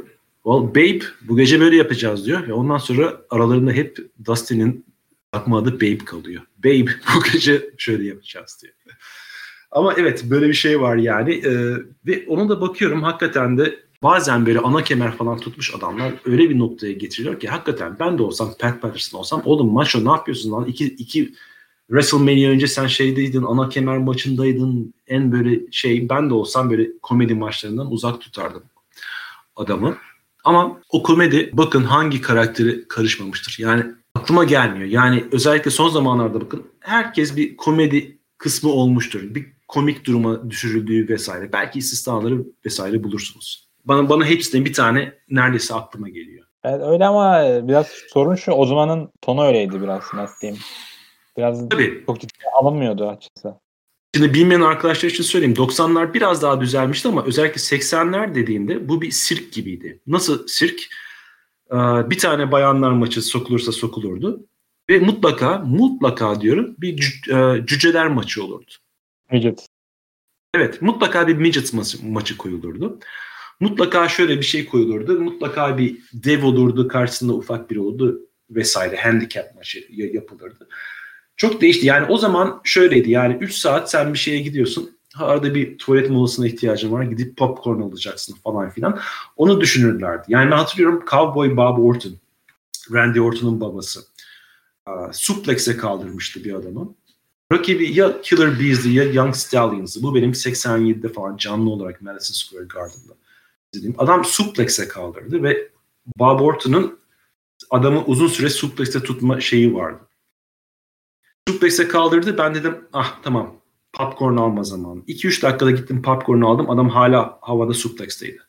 Well, Babe bu gece böyle yapacağız diyor ve ondan sonra aralarında hep Dustin'in takma adı Babe kalıyor. Babe bu gece şöyle yapacağız diyor. Ama evet böyle bir şey var yani ve ona da bakıyorum hakikaten de bazen böyle ana kemer falan tutmuş adamlar öyle bir noktaya getiriyor ki hakikaten ben de olsam Pat Patterson olsam oğlum maço ne yapıyorsun lan? İki WrestleMania önce sen şeydeydin, ana kemer maçındaydın, en böyle şey ben de olsam böyle komedi maçlarından uzak tutardım adamı. Ama o komedi bakın hangi karakteri karışmamıştır. Yani aklıma gelmiyor. Yani özellikle son zamanlarda bakın herkes bir komedi kısmı olmuştur. Bir komik duruma düşürüldüğü vesaire. Belki istisnaları vesaire bulursunuz. Bana hepsinden bir tane neredeyse aklıma geliyor. Evet, öyle ama biraz sorun şu, o zamanın tonu öyleydi biraz, nasıl diyeyim. Biraz Tabii. çok ciddiye alınmıyordu açıkçası. Şimdi bilmeyen arkadaşlar için söyleyeyim. 90'lar biraz daha düzelmişti ama özellikle 80'ler dediğinde bu bir sirk gibiydi. Nasıl sirk? Bir tane bayanlar maçı sokulursa sokulurdu. Ve mutlaka diyorum bir cüceler maçı olurdu. Midget. Evet, mutlaka bir midget maçı koyulurdu. Mutlaka şöyle bir şey koyulurdu. Mutlaka bir dev olurdu, karşısında ufak biri olurdu vesaire. Handicap maçı yapılırdı. Çok değişti. Yani o zaman şöyleydi. Yani 3 saat sen bir şeye gidiyorsun. Arada bir tuvalet molasına ihtiyacın var. Gidip popcorn alacaksın falan filan. Onu düşünürlerdi. Yani ben hatırlıyorum Cowboy Bob Orton. Randy Orton'un babası. Suplex'e kaldırmıştı bir adamı. Rakibi ya Killer Bees'di ya Young Stallions'dı. Bu benim 87'de falan canlı olarak Madison Square Garden'da izlediğim. Adam suplex'e kaldırdı ve Bob Orton'un adamı uzun süre suplex'e tutma şeyi vardı. Suplex'e kaldırdı. Ben dedim tamam popcorn alma zamanı. 2-3 dakikada gittim popcorn aldım. Adam hala havada suplex'teydi.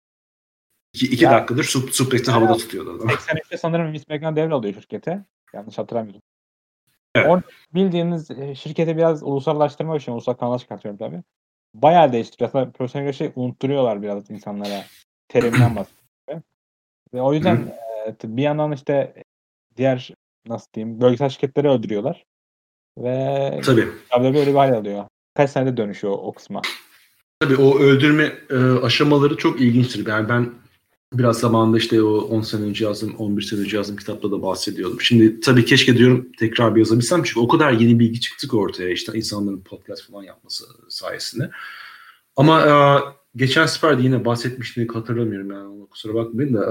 2 dakikadır suplex'te havada tutuyordu adam. 83'te sanırım Vince McMahon devralıyor şirkete. Yanlış hatırlamıyorum. Evet. Orada bildiğiniz şirketi biraz ulusallaştırmak için, ulusal kanala çıkartıyorum tabii. Bayağı değiştiriyor. Aslında profesyonel şey unutturuyorlar biraz insanlara. Terimden bahsediyor. Ve o yüzden bir yandan işte diğer, nasıl diyeyim, bölgesel şirketleri öldürüyorlar. Ve Tabii. WWE öyle bir hal alıyor. Kaç senede dönüşüyor o kısma. Tabii o öldürme aşamaları çok ilginçtir. Yani ben biraz zamanında işte o 10 sene önce yazdım, 11 sene önce yazdım kitapta da bahsediyordum. Şimdi tabii keşke diyorum tekrar bir yazabilsem çünkü o kadar yeni bilgi çıktı ki ortaya işte insanların podcast falan yapması sayesinde. Ama geçen sefer de yine bahsetmiştim hatırlamıyorum yani kusura bakmayın da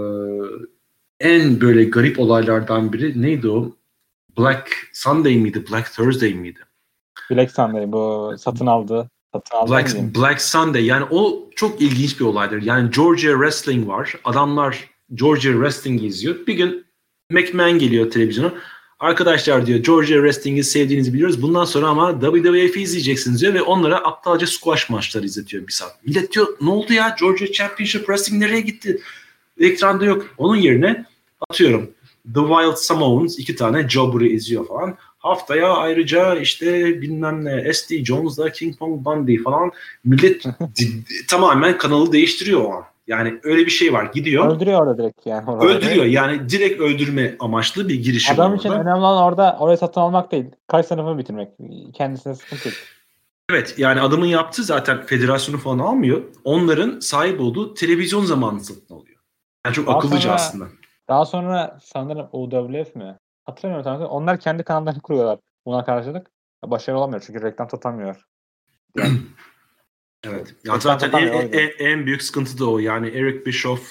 en böyle garip olaylardan biri neydi o? Black Sunday miydi? Black Thursday miydi? Black Sunday bu satın aldı. Black Sunday yani o çok ilginç bir olaydır. Yani Georgia Wrestling var. Adamlar Georgia Wrestling izliyor. Bir gün McMahon geliyor televizyona. Arkadaşlar diyor Georgia Wrestling'i sevdiğinizi biliyoruz. Bundan sonra ama WWF izleyeceksiniz diyor ve onlara aptalca squash maçları izletiyor bir saat. Millet diyor ne oldu ya Georgia Championship Wrestling nereye gitti? Ekranda yok. Onun yerine atıyorum The Wild Samoans 2 tane jobber'ı izliyor falan. Haftaya ayrıca işte bilmem ne S.D. Jones'la King Kong Bundy falan millet tamamen kanalı değiştiriyor o an. Yani öyle bir şey var. Gidiyor. Öldürüyor orada direkt yani. Öldürüyor. Yani direkt öldürme amaçlı bir girişim Adam var için orada. önemli olan orayı satın almak değil. Kaç sınıfını bitirmek. Kendisine sıkıntı yok. Evet yani adamın yaptığı zaten federasyonu falan almıyor. Onların sahip olduğu televizyon zamanını satın alıyor. Yani çok akıllıca aslında. Daha sonra sanırım UWF mi? Hatırlamıyorum sanırım. Onlar kendi kanallarını kuruyorlar buna karşılık. Başarılı olamıyor çünkü reklam tutamıyor. Yani, evet. Yani zaten en büyük sıkıntı da o. Yani Eric Bischoff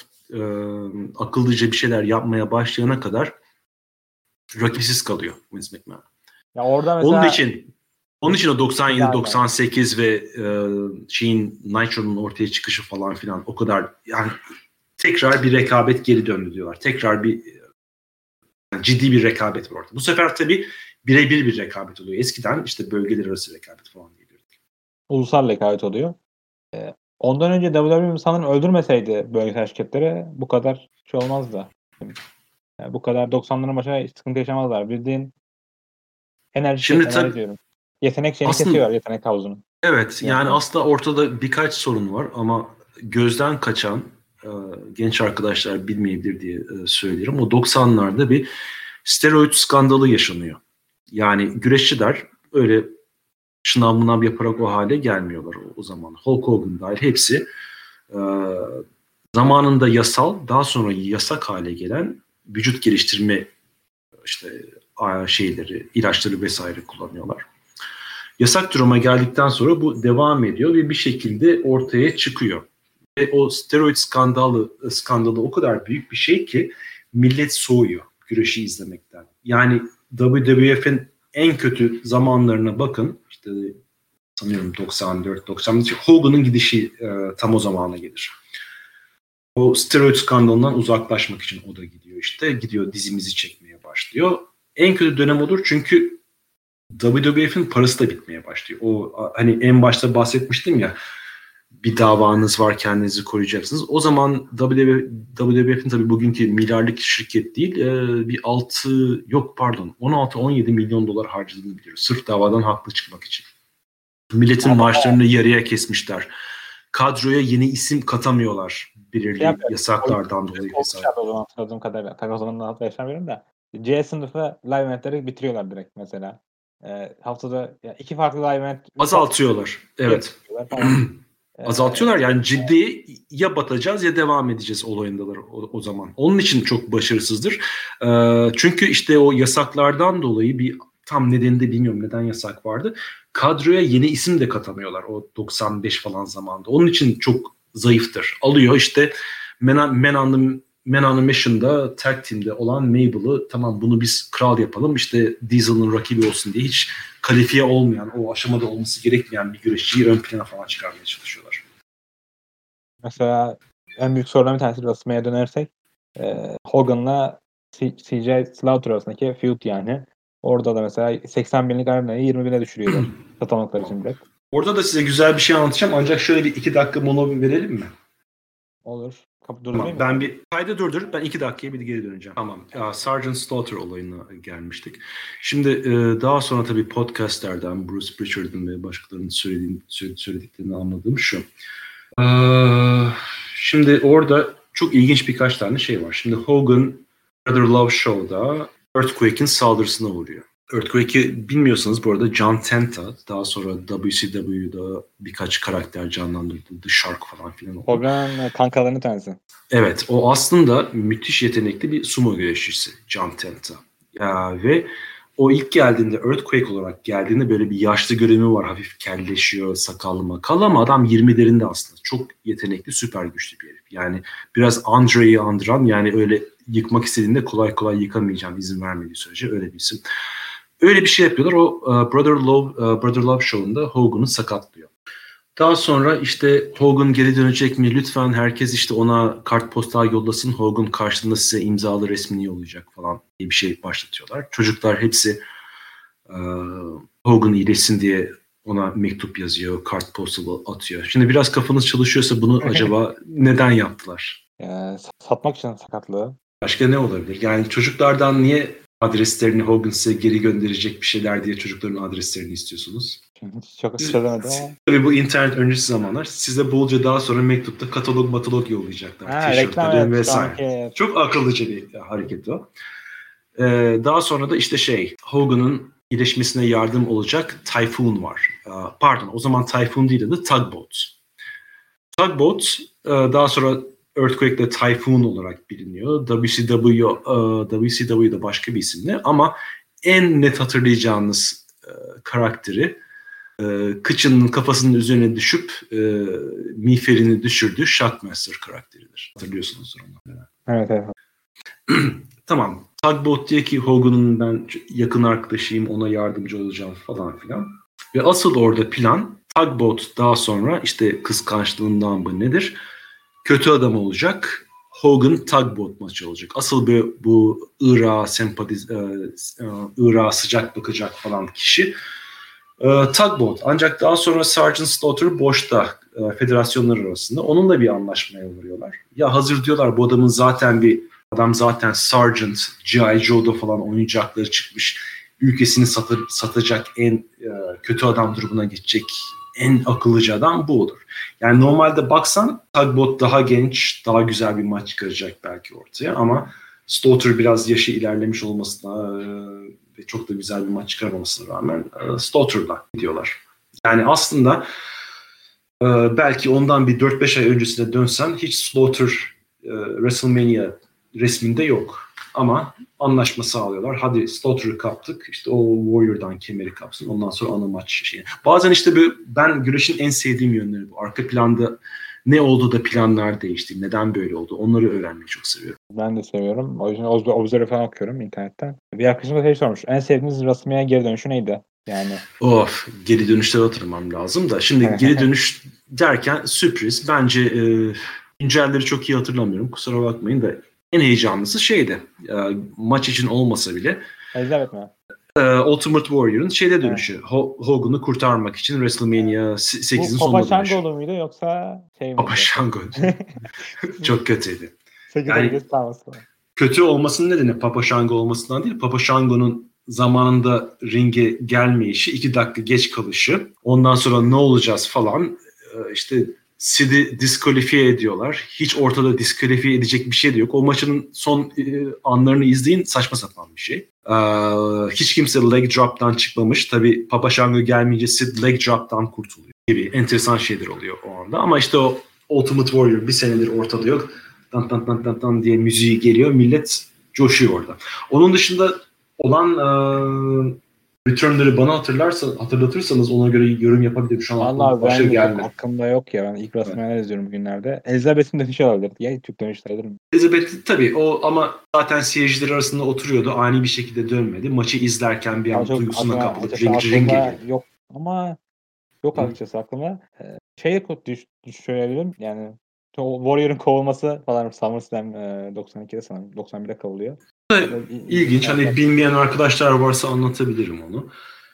akıllıca bir şeyler yapmaya başlayana kadar rakipsiz kalıyor Vince McMahon. Ya orada mesela onun için o 97 98 ve Nitro'nun ortaya çıkışı falan filan o kadar yani tekrar bir rekabet geri döndü diyorlar. Tekrar bir ciddi bir rekabet var ortada. Bu sefer tabii birebir bir rekabet oluyor. Eskiden işte bölgeler arası rekabet falan geliyordu. Ulusal rekabet oluyor. Ondan önce WWE sanırım öldürmeseydi bölgesel şirketleri bu kadar şey olmazdı. Yani bu kadar 90'ların başına sıkıntı yaşamazlar. Bildiğin enerji şirketleri diyorum. Yetenek şeyini kesiyorlar, yetenek havuzunu. Evet yani aslında ortada birkaç sorun var ama gözden kaçan genç arkadaşlar bilmeyebilir diye söylerim. O 90'larda bir steroid skandalı yaşanıyor. Yani güreşçiler öyle şınav mınav yaparak o hale gelmiyorlar o zaman. Hulk Hogan dahil hepsi zamanında yasal, daha sonra yasak hale gelen vücut geliştirme işte şeyleri, ilaçları vesaire kullanıyorlar. Yasak duruma geldikten sonra bu devam ediyor ve bir şekilde ortaya çıkıyor. Ve o steroid skandalı o kadar büyük bir şey ki millet soğuyor güreşi izlemekten. Yani WWF'in en kötü zamanlarına bakın. İşte sanıyorum 94-95 Hogan'ın gidişi tam o zamana gelir. O steroid skandalından uzaklaşmak için o da gidiyor işte. Gidiyor dizimizi çekmeye başlıyor. En kötü dönem odur çünkü WWF'in parası da bitmeye başlıyor. O hani en başta bahsetmiştim ya, bir davanız var, kendinizi koruyacaksınız. O zaman WWF'in tabii bugünkü milyarlık şirket değil, bir 16-17 milyon dolar harcadığını biliyoruz. Sırf davadan haklı çıkmak için. Milletin maaşlarını yarıya kesmişler. Kadroya yeni isim katamıyorlar belirli yasaklardan dolayı. O zaman hatırladığım kadarıyla. Tabii o zaman da hatırlayamıyorum da. C sınıfı live eventleri bitiriyorlar direkt mesela. Haftada 2 farklı live event azaltıyorlar. Evet. Azaltıyorlar yani, ciddi ya batacağız ya devam edeceğiz olayındalar o zaman. Onun için çok başarısızdır. Çünkü işte o yasaklardan dolayı bir tam nedenini de bilmiyorum neden yasak vardı. Kadroya yeni isim de katamıyorlar o 95 falan zamanda. Onun için çok zayıftır. Alıyor işte Man on a Mission'da tag team'de olan Mabel'ı, tamam bunu biz kral yapalım işte Diesel'ın rakibi olsun diye hiç kalifiye olmayan, o aşamada olması gerekmeyen bir güreşçiyi ön plana falan çıkarmaya çalışıyorlar. Mesela en büyük sorulardan bir tanesi WrestleMania'ya dönersek Hogan'la CJ Slaughter arasındaki feud yani. Orada da mesela 80 binlik arenayı 20 bine düşürüyorlar satamadıkları için direkt. Orada da size güzel bir şey anlatacağım ancak şöyle bir 2 dakika mono verelim mi? Olur. Tamam, ben bir kaydı durdur. Ben 2 dakikaya bir geri döneceğim. Tamam. Sergeant Slaughter olayına gelmiştik. Şimdi daha sonra tabii podcastlerden Bruce Pritchard'ın ve başkalarının söylediklerini anladığım şu. Şimdi orada çok ilginç birkaç tane şey var. Şimdi Hogan Brother Love Show'da Earthquake'in saldırısına uğruyor. Earthquake'i bilmiyorsanız bu arada John Tenta, daha sonra WCW'da birkaç karakter canlandırdı. The Shark falan filan oldu. Hogan kankalarının tanesi. Evet, o aslında müthiş yetenekli bir sumo güreşçisi John Tenta. Ve o ilk geldiğinde, Earthquake olarak geldiğinde böyle bir yaşlı görünümü var. Hafif kelleşiyor, sakallı makalı ama adam 20'lerinde aslında. Çok yetenekli, süper güçlü bir herif. Yani biraz Andre'yi andıran, yani öyle yıkmak istediğinde kolay kolay yıkamayacağım izin vermediği sürece, öyle bir isim. Öyle bir şey yapıyorlar. O Brother Love Show'unda Hogan'ı sakatlıyor. Daha sonra işte Hogan geri dönecek mi? Lütfen herkes işte ona kartpostal yollasın. Hogan karşılığında size imzalı resmini yollayacak falan diye bir şey başlatıyorlar. Çocuklar hepsi Hogan iyileşsin diye ona mektup yazıyor, kartpostalı atıyor. Şimdi biraz kafanız çalışıyorsa bunu acaba neden yaptılar? Satmak için sakatlığı. Başka ne olabilir? Yani çocuklardan niye adreslerini Hogan size geri gönderecek bir şeyler diye çocukların adreslerini istiyorsunuz? Çok çözemedim ama. Tabii bu internet öncesi zamanlar. Size bolca daha sonra mektupta katalog yollayacaklar. Tişörtleri vesaire. Çok akıllıca bir hareket o. Daha sonra da işte Hogan'ın iyileşmesine yardım olacak Typhoon var. Pardon, o zaman Typhoon değil de Tugboat. Tugboat daha sonra Earthquake'de Typhoon olarak biliniyor. WCW'da başka bir isimle ama en net hatırlayacağınız karakteri kıçının kafasının üzerine düşüp miğferini düşürdüğü Shockmaster karakteridir. Hatırlıyorsunuz onu. Evet. Tamam. Tugboat diye ki Hogan'ın ben yakın arkadaşıyım, ona yardımcı olacağım falan filan. Ve asıl orada plan, Tugboat daha sonra işte kıskançlığından mı nedir? Kötü adam olacak. Hogan Tugboat maçı olacak. Asıl bu Irak'a sıcak bakacak falan kişi Tugboat. Ancak daha sonra Sergeant Slaughter boşta federasyonlar arasında. Onunla bir anlaşmaya varıyorlar. Ya hazır diyorlar, bu adamın zaten Sergeant, G.I. Joe'da falan oyuncakları çıkmış. Ülkesini satacak en kötü adam durumuna geçecek en akıllıca adam bu olur. Yani normalde baksan Tugboat daha genç, daha güzel bir maç çıkaracak belki ortaya ama Slaughter biraz yaşı ilerlemiş olmasına ve çok da güzel bir maç çıkarmamasına rağmen Slaughter'la gidiyorlar. Yani aslında Belki ondan bir 4-5 ay öncesine dönsen hiç Slaughter WrestleMania resminde yok. Ama anlaşma sağlıyorlar. Hadi Slaughter'ı kaptık. İşte o Warrior'dan kemeri kapsın. Ondan sonra ana maç şeyi. Bazen işte ben güreşin en sevdiğim yönleri bu. Arka planda ne oldu da planlar değişti. Neden böyle oldu? Onları öğrenmeyi çok seviyorum. Ben de seviyorum. O yüzden Observer'ı falan okuyorum internetten. Bir arkadaşım da şey sormuş. En sevdiğiniz WrestleMania geri dönüşü neydi? Yani. Of, geri dönüşleri hatırlamam lazım da. Şimdi geri dönüş derken sürpriz. Bence güncelleri çok iyi hatırlamıyorum. Kusura bakmayın da en heyecanlısı şeydi. Maç için olmasa bile. Elizabeth mi? Ultimate Warrior'ın şeyde dönüşü. Hogan'ı kurtarmak için WrestleMania 8'in sonunda dönüşü. Papa Shango muydu yoksa şey miydi? Papa Shango. Çok kötüydü. 8 yani, kötü olmasının nedeni Papa Shango olmasından değil. Papa Shango'nun zamanında ringe gelmeyişi, 2 dakika geç kalışı. Ondan sonra ne olacağız falan. İşte Sid'i diskalifiye ediyorlar. Hiç ortada diskalifiye edecek bir şey de yok. O maçın son anlarını izleyin, saçma sapan bir şey. Hiç kimse leg drop'tan çıkmamış. Tabii Papa Shango gelmeyince Sid leg drop'tan kurtuluyor gibi enteresan şeyler oluyor o anda. Ama işte o Ultimate Warrior bir senedir ortada yok. Tan tan tan tan tan diye müziği geliyor. Millet coşuyor orada. Onun dışında olan return'ları bana hatırlatırsanız ona göre yorum yapabilirim. Şu an vallahi ben aklımda yok ya. Ben ilk WrestleMania'da izliyorum bugünlerde. Elizabeth'in dönüşü olabilir. Ya Türk dönüşleri mi? Elizabeth tabii o ama zaten seyirciler arasında oturuyordu. Ani bir şekilde dönmedi. Maçı izlerken bir an duygusuna kapılıp ring geliyor. Yok ama yok açıkçası aklıma. Şeye söyleyebilirim. Yani Warrior'ın kovulması falan SummerSlam 92'de sanırım. 91'de kovuluyor. İlginç. Hani bilmeyen arkadaşlar varsa anlatabilirim onu.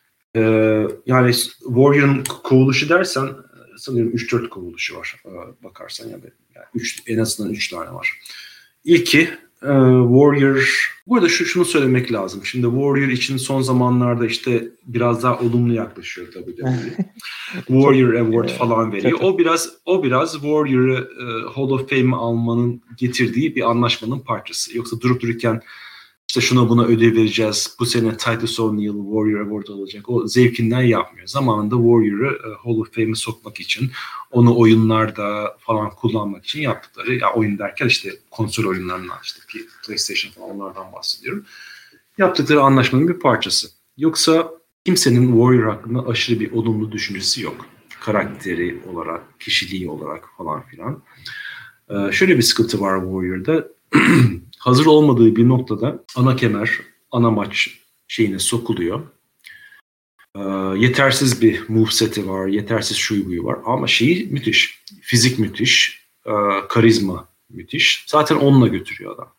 Yani Warrior'ın kovuluşu dersen sanıyorum 3-4 kovuluşu var bakarsan yani en azından 3 tane var. İlki Warrior. Bu arada şunu söylemek lazım. Şimdi Warrior için son zamanlarda işte biraz daha olumlu yaklaşıyor WWE. Warrior Award falan veriyor. O biraz Warrior'ı Hall of Fame almanın getirdiği bir anlaşmanın parçası. Yoksa durup dururken işte şuna buna ödül vereceğiz. Bu sene Titus O'Neil Warrior Award alacak. O zevkinden yapmıyor. Zamanında Warrior'ı Hall of Fame'e sokmak için, onu oyunlarda falan kullanmak için yaptıkları, ya oyun derken işte konsol oyunlarından, işte PlayStation falan, onlardan bahsediyorum. Yaptıkları anlaşmanın bir parçası. Yoksa kimsenin Warrior hakkında aşırı bir olumlu düşüncesi yok. Karakteri olarak, kişiliği olarak falan filan. Şöyle bir sıkıntı var Warrior'da. Hazır olmadığı bir noktada ana kemer, ana maç şeyine sokuluyor. Yetersiz bir moveseti var, yetersiz şuyu buyu var. Ama şeyi müthiş. Fizik müthiş, karizma müthiş. Zaten onunla götürüyor adam.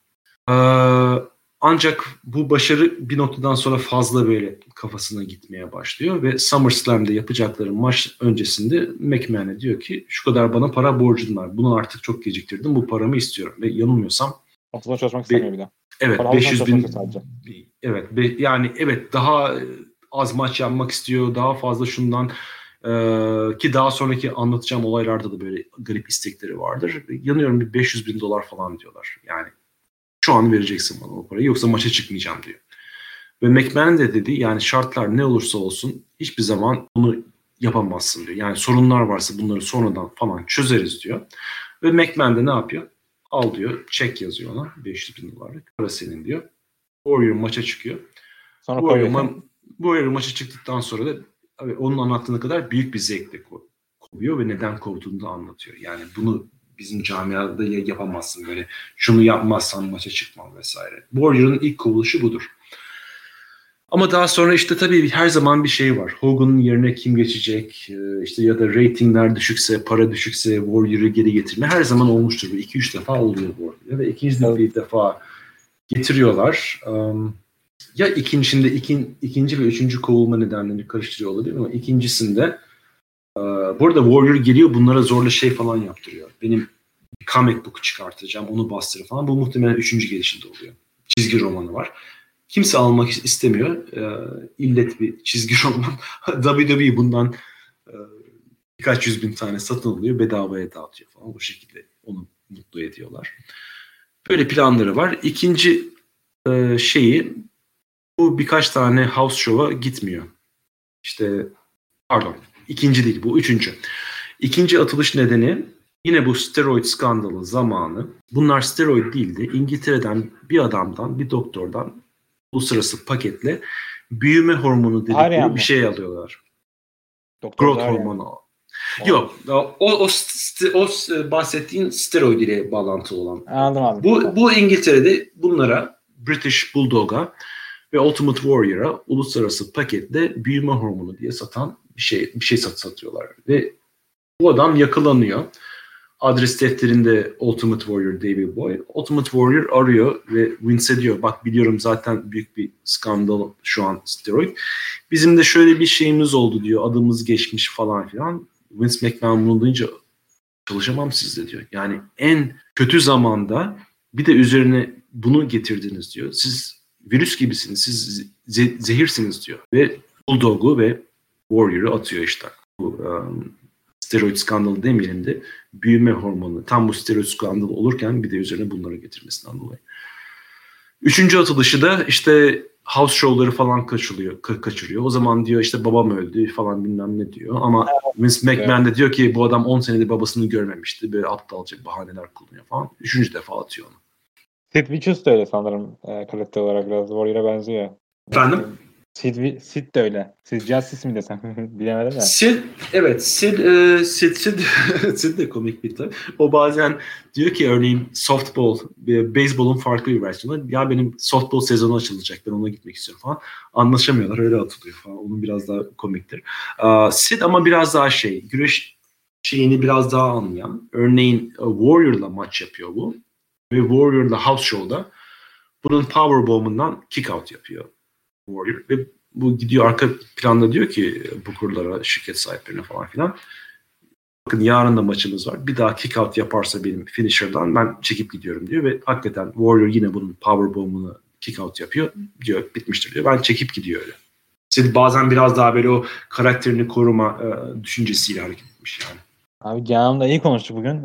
Ancak bu başarı bir noktadan sonra fazla böyle kafasına gitmeye başlıyor ve SummerSlam'de yapacakları maç öncesinde McMahon'e diyor ki şu kadar bana para borcun var. Bunu artık çok geciktirdim. Bu paramı istiyorum. Ve yanılmıyorsam aslında çalışmak istemiyor bir daha. Evet, 500.000. Evet, yani evet, daha az maç yapmak istiyor. Daha fazla şundan ki daha sonraki anlatacağım olaylarda da böyle garip istekleri vardır. Yanıyorum, bir $500,000 falan diyorlar. Yani şu an vereceksin bana o parayı, yoksa maça çıkmayacağım diyor. Ve McMahon de dedi yani şartlar ne olursa olsun hiçbir zaman bunu yapamazsın diyor. Yani sorunlar varsa bunları sonradan falan çözeriz diyor. Ve McMahon de ne yapıyor? Al diyor, çek yazıyor ona, $500,000. Para senin diyor. Warrior maça çıkıyor. Warrior maça çıktıktan sonra da abi, onun anlattığına kadar büyük bir zevkle kovuyor ve neden kovduğunu da anlatıyor. Yani bunu bizim camiada yapamazsın, böyle şunu yapmazsan maça çıkmam vesaire. Warrior'ın ilk kovuluşu budur. Ama daha sonra işte tabii her zaman bir şey var. Hogan'ın yerine kim geçecek? İşte ya da reytingler düşükse, para düşükse Warrior'ı geri getirme her zaman olmuştur. 2-3 defa oluyor bu arada. Ve ikinci defa getiriyorlar. Ya ikinci ve üçüncü kovulma nedenlerini karıştırıyor olabilir ama ikincisinde burada Warrior geliyor, bunlara zorla şey falan yaptırıyor. Benim bir comic book çıkartacağım, onu bastırır falan. Bu muhtemelen 3. gelişinde oluyor. Çizgi romanı var. Kimse almak istemiyor. İllet bir çizgi roman. WWE bundan birkaç 100.000 tane satın alıyor. Bedavaya dağıtıyor falan. Bu şekilde onu mutlu ediyorlar. Böyle planları var. İkinci şeyi, bu birkaç tane house show'a gitmiyor. İşte pardon, ikinci değil, bu üçüncü. İkinci atılış nedeni yine bu steroid skandalı zamanı. Bunlar steroid değildi. İngiltere'den bir adamdan, bir doktordan uluslararası paketle büyüme hormonu dedikleri bir şey alıyorlar. Doktor Growth Zahar hormonu. Yok. O bahsettiğin steroid ile bağlantılı olan. Anladım. Bu İngiltere'de bunlara British Bulldog'a ve Ultimate Warrior'a uluslararası paketle büyüme hormonu diye satan bir şey satıyorlar. Ve bu adam yakalanıyor. Adres defterinde Ultimate Warrior David Boy. Ultimate Warrior arıyor ve Vince'e diyor bak biliyorum zaten büyük bir skandal şu an steroid. Bizim de şöyle bir şeyimiz oldu diyor. Adımız geçmiş falan filan. Vince McMahon bunu duyunca çalışamam sizle diyor. Yani en kötü zamanda bir de üzerine bunu getirdiniz diyor. Siz virüs gibisiniz. Siz zehirsiniz diyor. Ve Bulldog'u ve Warrior'ı atıyor işte. Bu steroid skandalı demeyelim de büyüme hormonu. Tam bu steroid skandalı olurken bir de üzerine bunları getirmesinden dolayı. Üçüncü atılışı da işte house show'ları falan kaçırıyor. O zaman diyor işte babam öldü falan bilmem ne diyor. Ama Vince McMahon de diyor ki bu adam 10 senedir babasını görmemişti. Böyle aptalca bahaneler kullanıyor falan. Üçüncü defa atıyor onu. Sid Vicious da öyle sanırım karakter olarak biraz Warrior'a benziyor. Efendim? Sid de öyle. Sid Justice mi desem bilemedim de. Sid de komik bir tabii. O bazen diyor ki örneğin softball, baseball'un farklı bir versiyonu. Ya benim softball sezonu açılacak ben ona gitmek istiyorum falan. Anlaşamıyorlar öyle atılıyor falan. Onun biraz daha komiktir. Sid ama biraz daha güreş şeyini biraz daha anlayan. Örneğin Warrior'la maç yapıyor bu. Ve Warrior'la House Show'da bunun powerbomb'undan kick out yapıyor Warrior. Ve bu gidiyor arka planda diyor ki Booker'lara, şirket sahiplerine falan filan. Bakın yarın da maçımız var. Bir daha kick out yaparsa benim finisher'dan ben çekip gidiyorum diyor. Ve hakikaten Warrior yine bunun powerbomb'unu kick out yapıyor. Diyor bitmiştir diyor. Ben çekip gidiyor öyle. Sid bazen biraz daha böyle o karakterini koruma düşüncesiyle hareket etmiş yani. Abi Canım da iyi konuştu bugün.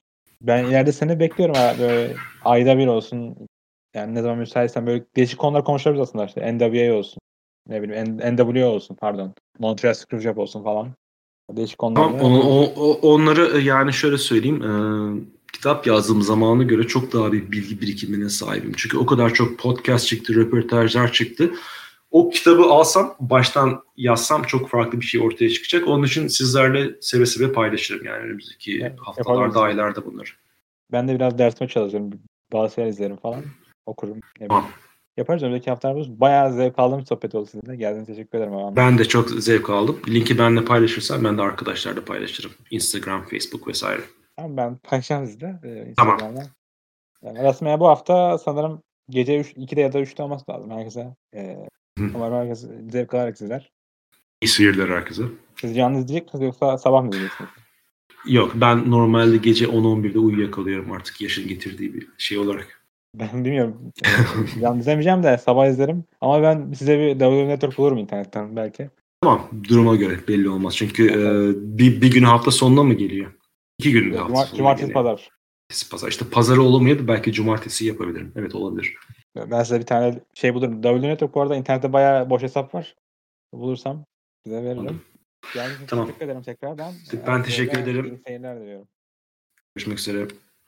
Ben ileride seni bekliyorum. Böyle ayda bir olsun. Yani ne zaman müsaitsen böyle değişik konular konuşabiliriz aslında işte. NWA olsun. Ne bileyim NWA olsun pardon. Montreal Screwjob olsun falan. Değişik konularda. Tamam, onları yani şöyle söyleyeyim. Kitap yazdığım zamana göre çok daha bir bilgi birikimine sahibim. Çünkü o kadar çok podcast çıktı, röportajlar çıktı. O kitabı alsam, baştan yazsam çok farklı bir şey ortaya çıkacak. Onun için sizlerle seve seve paylaşırım yani önümüzdeki haftalarda, aylarda bunları. Ben de biraz dersime çalışırım. Bazı şeyler izlerim falan. Okurum. Tamam. Yaparız önümüzdeki haftalarda. Bayağı zevk aldığım sohbet oldu sizinle. Geldiğiniz için teşekkür ederim abi. Ben de çok zevk aldım. Linki benimle paylaşırsan ben de arkadaşlarla paylaşırım. Instagram, Facebook vesaire. Tamam ben paylaşacağım sizde. Tamam. Yani Rasmaya bu hafta sanırım gece 2'de ya da 3'te olması lazım herkese. Umarım herkes zevk alarak izler. İyi seyirler herkese. Siz canlı izleyecek misiniz yoksa sabah mı izleyeceksiniz? Yok ben normalde gece 10-11'de uyuyakalıyorum artık yaşın getirdiği bir şey olarak. Ben bilmiyorum. Canlı izlemeyeceğim de sabah izlerim. Ama ben size bir WWE Network bulurum internetten belki. Tamam duruma göre belli olmaz. Çünkü bir gün hafta sonuna mı geliyor? 2 gün hafta sonuna Cumartesi geliyor. pazar. İşte pazarı olamayabilir belki cumartesi yapabilirim. Evet olabilir. Ben size bir tane şey bulurum. WWE Network bu arada internette bayağı boş hesap var. Bulursam size veririm. Yani tamam. Teşekkür ederim tekrardan. Ben teşekkür ederim. İyi seyirler diliyorum. Görüşmek üzere.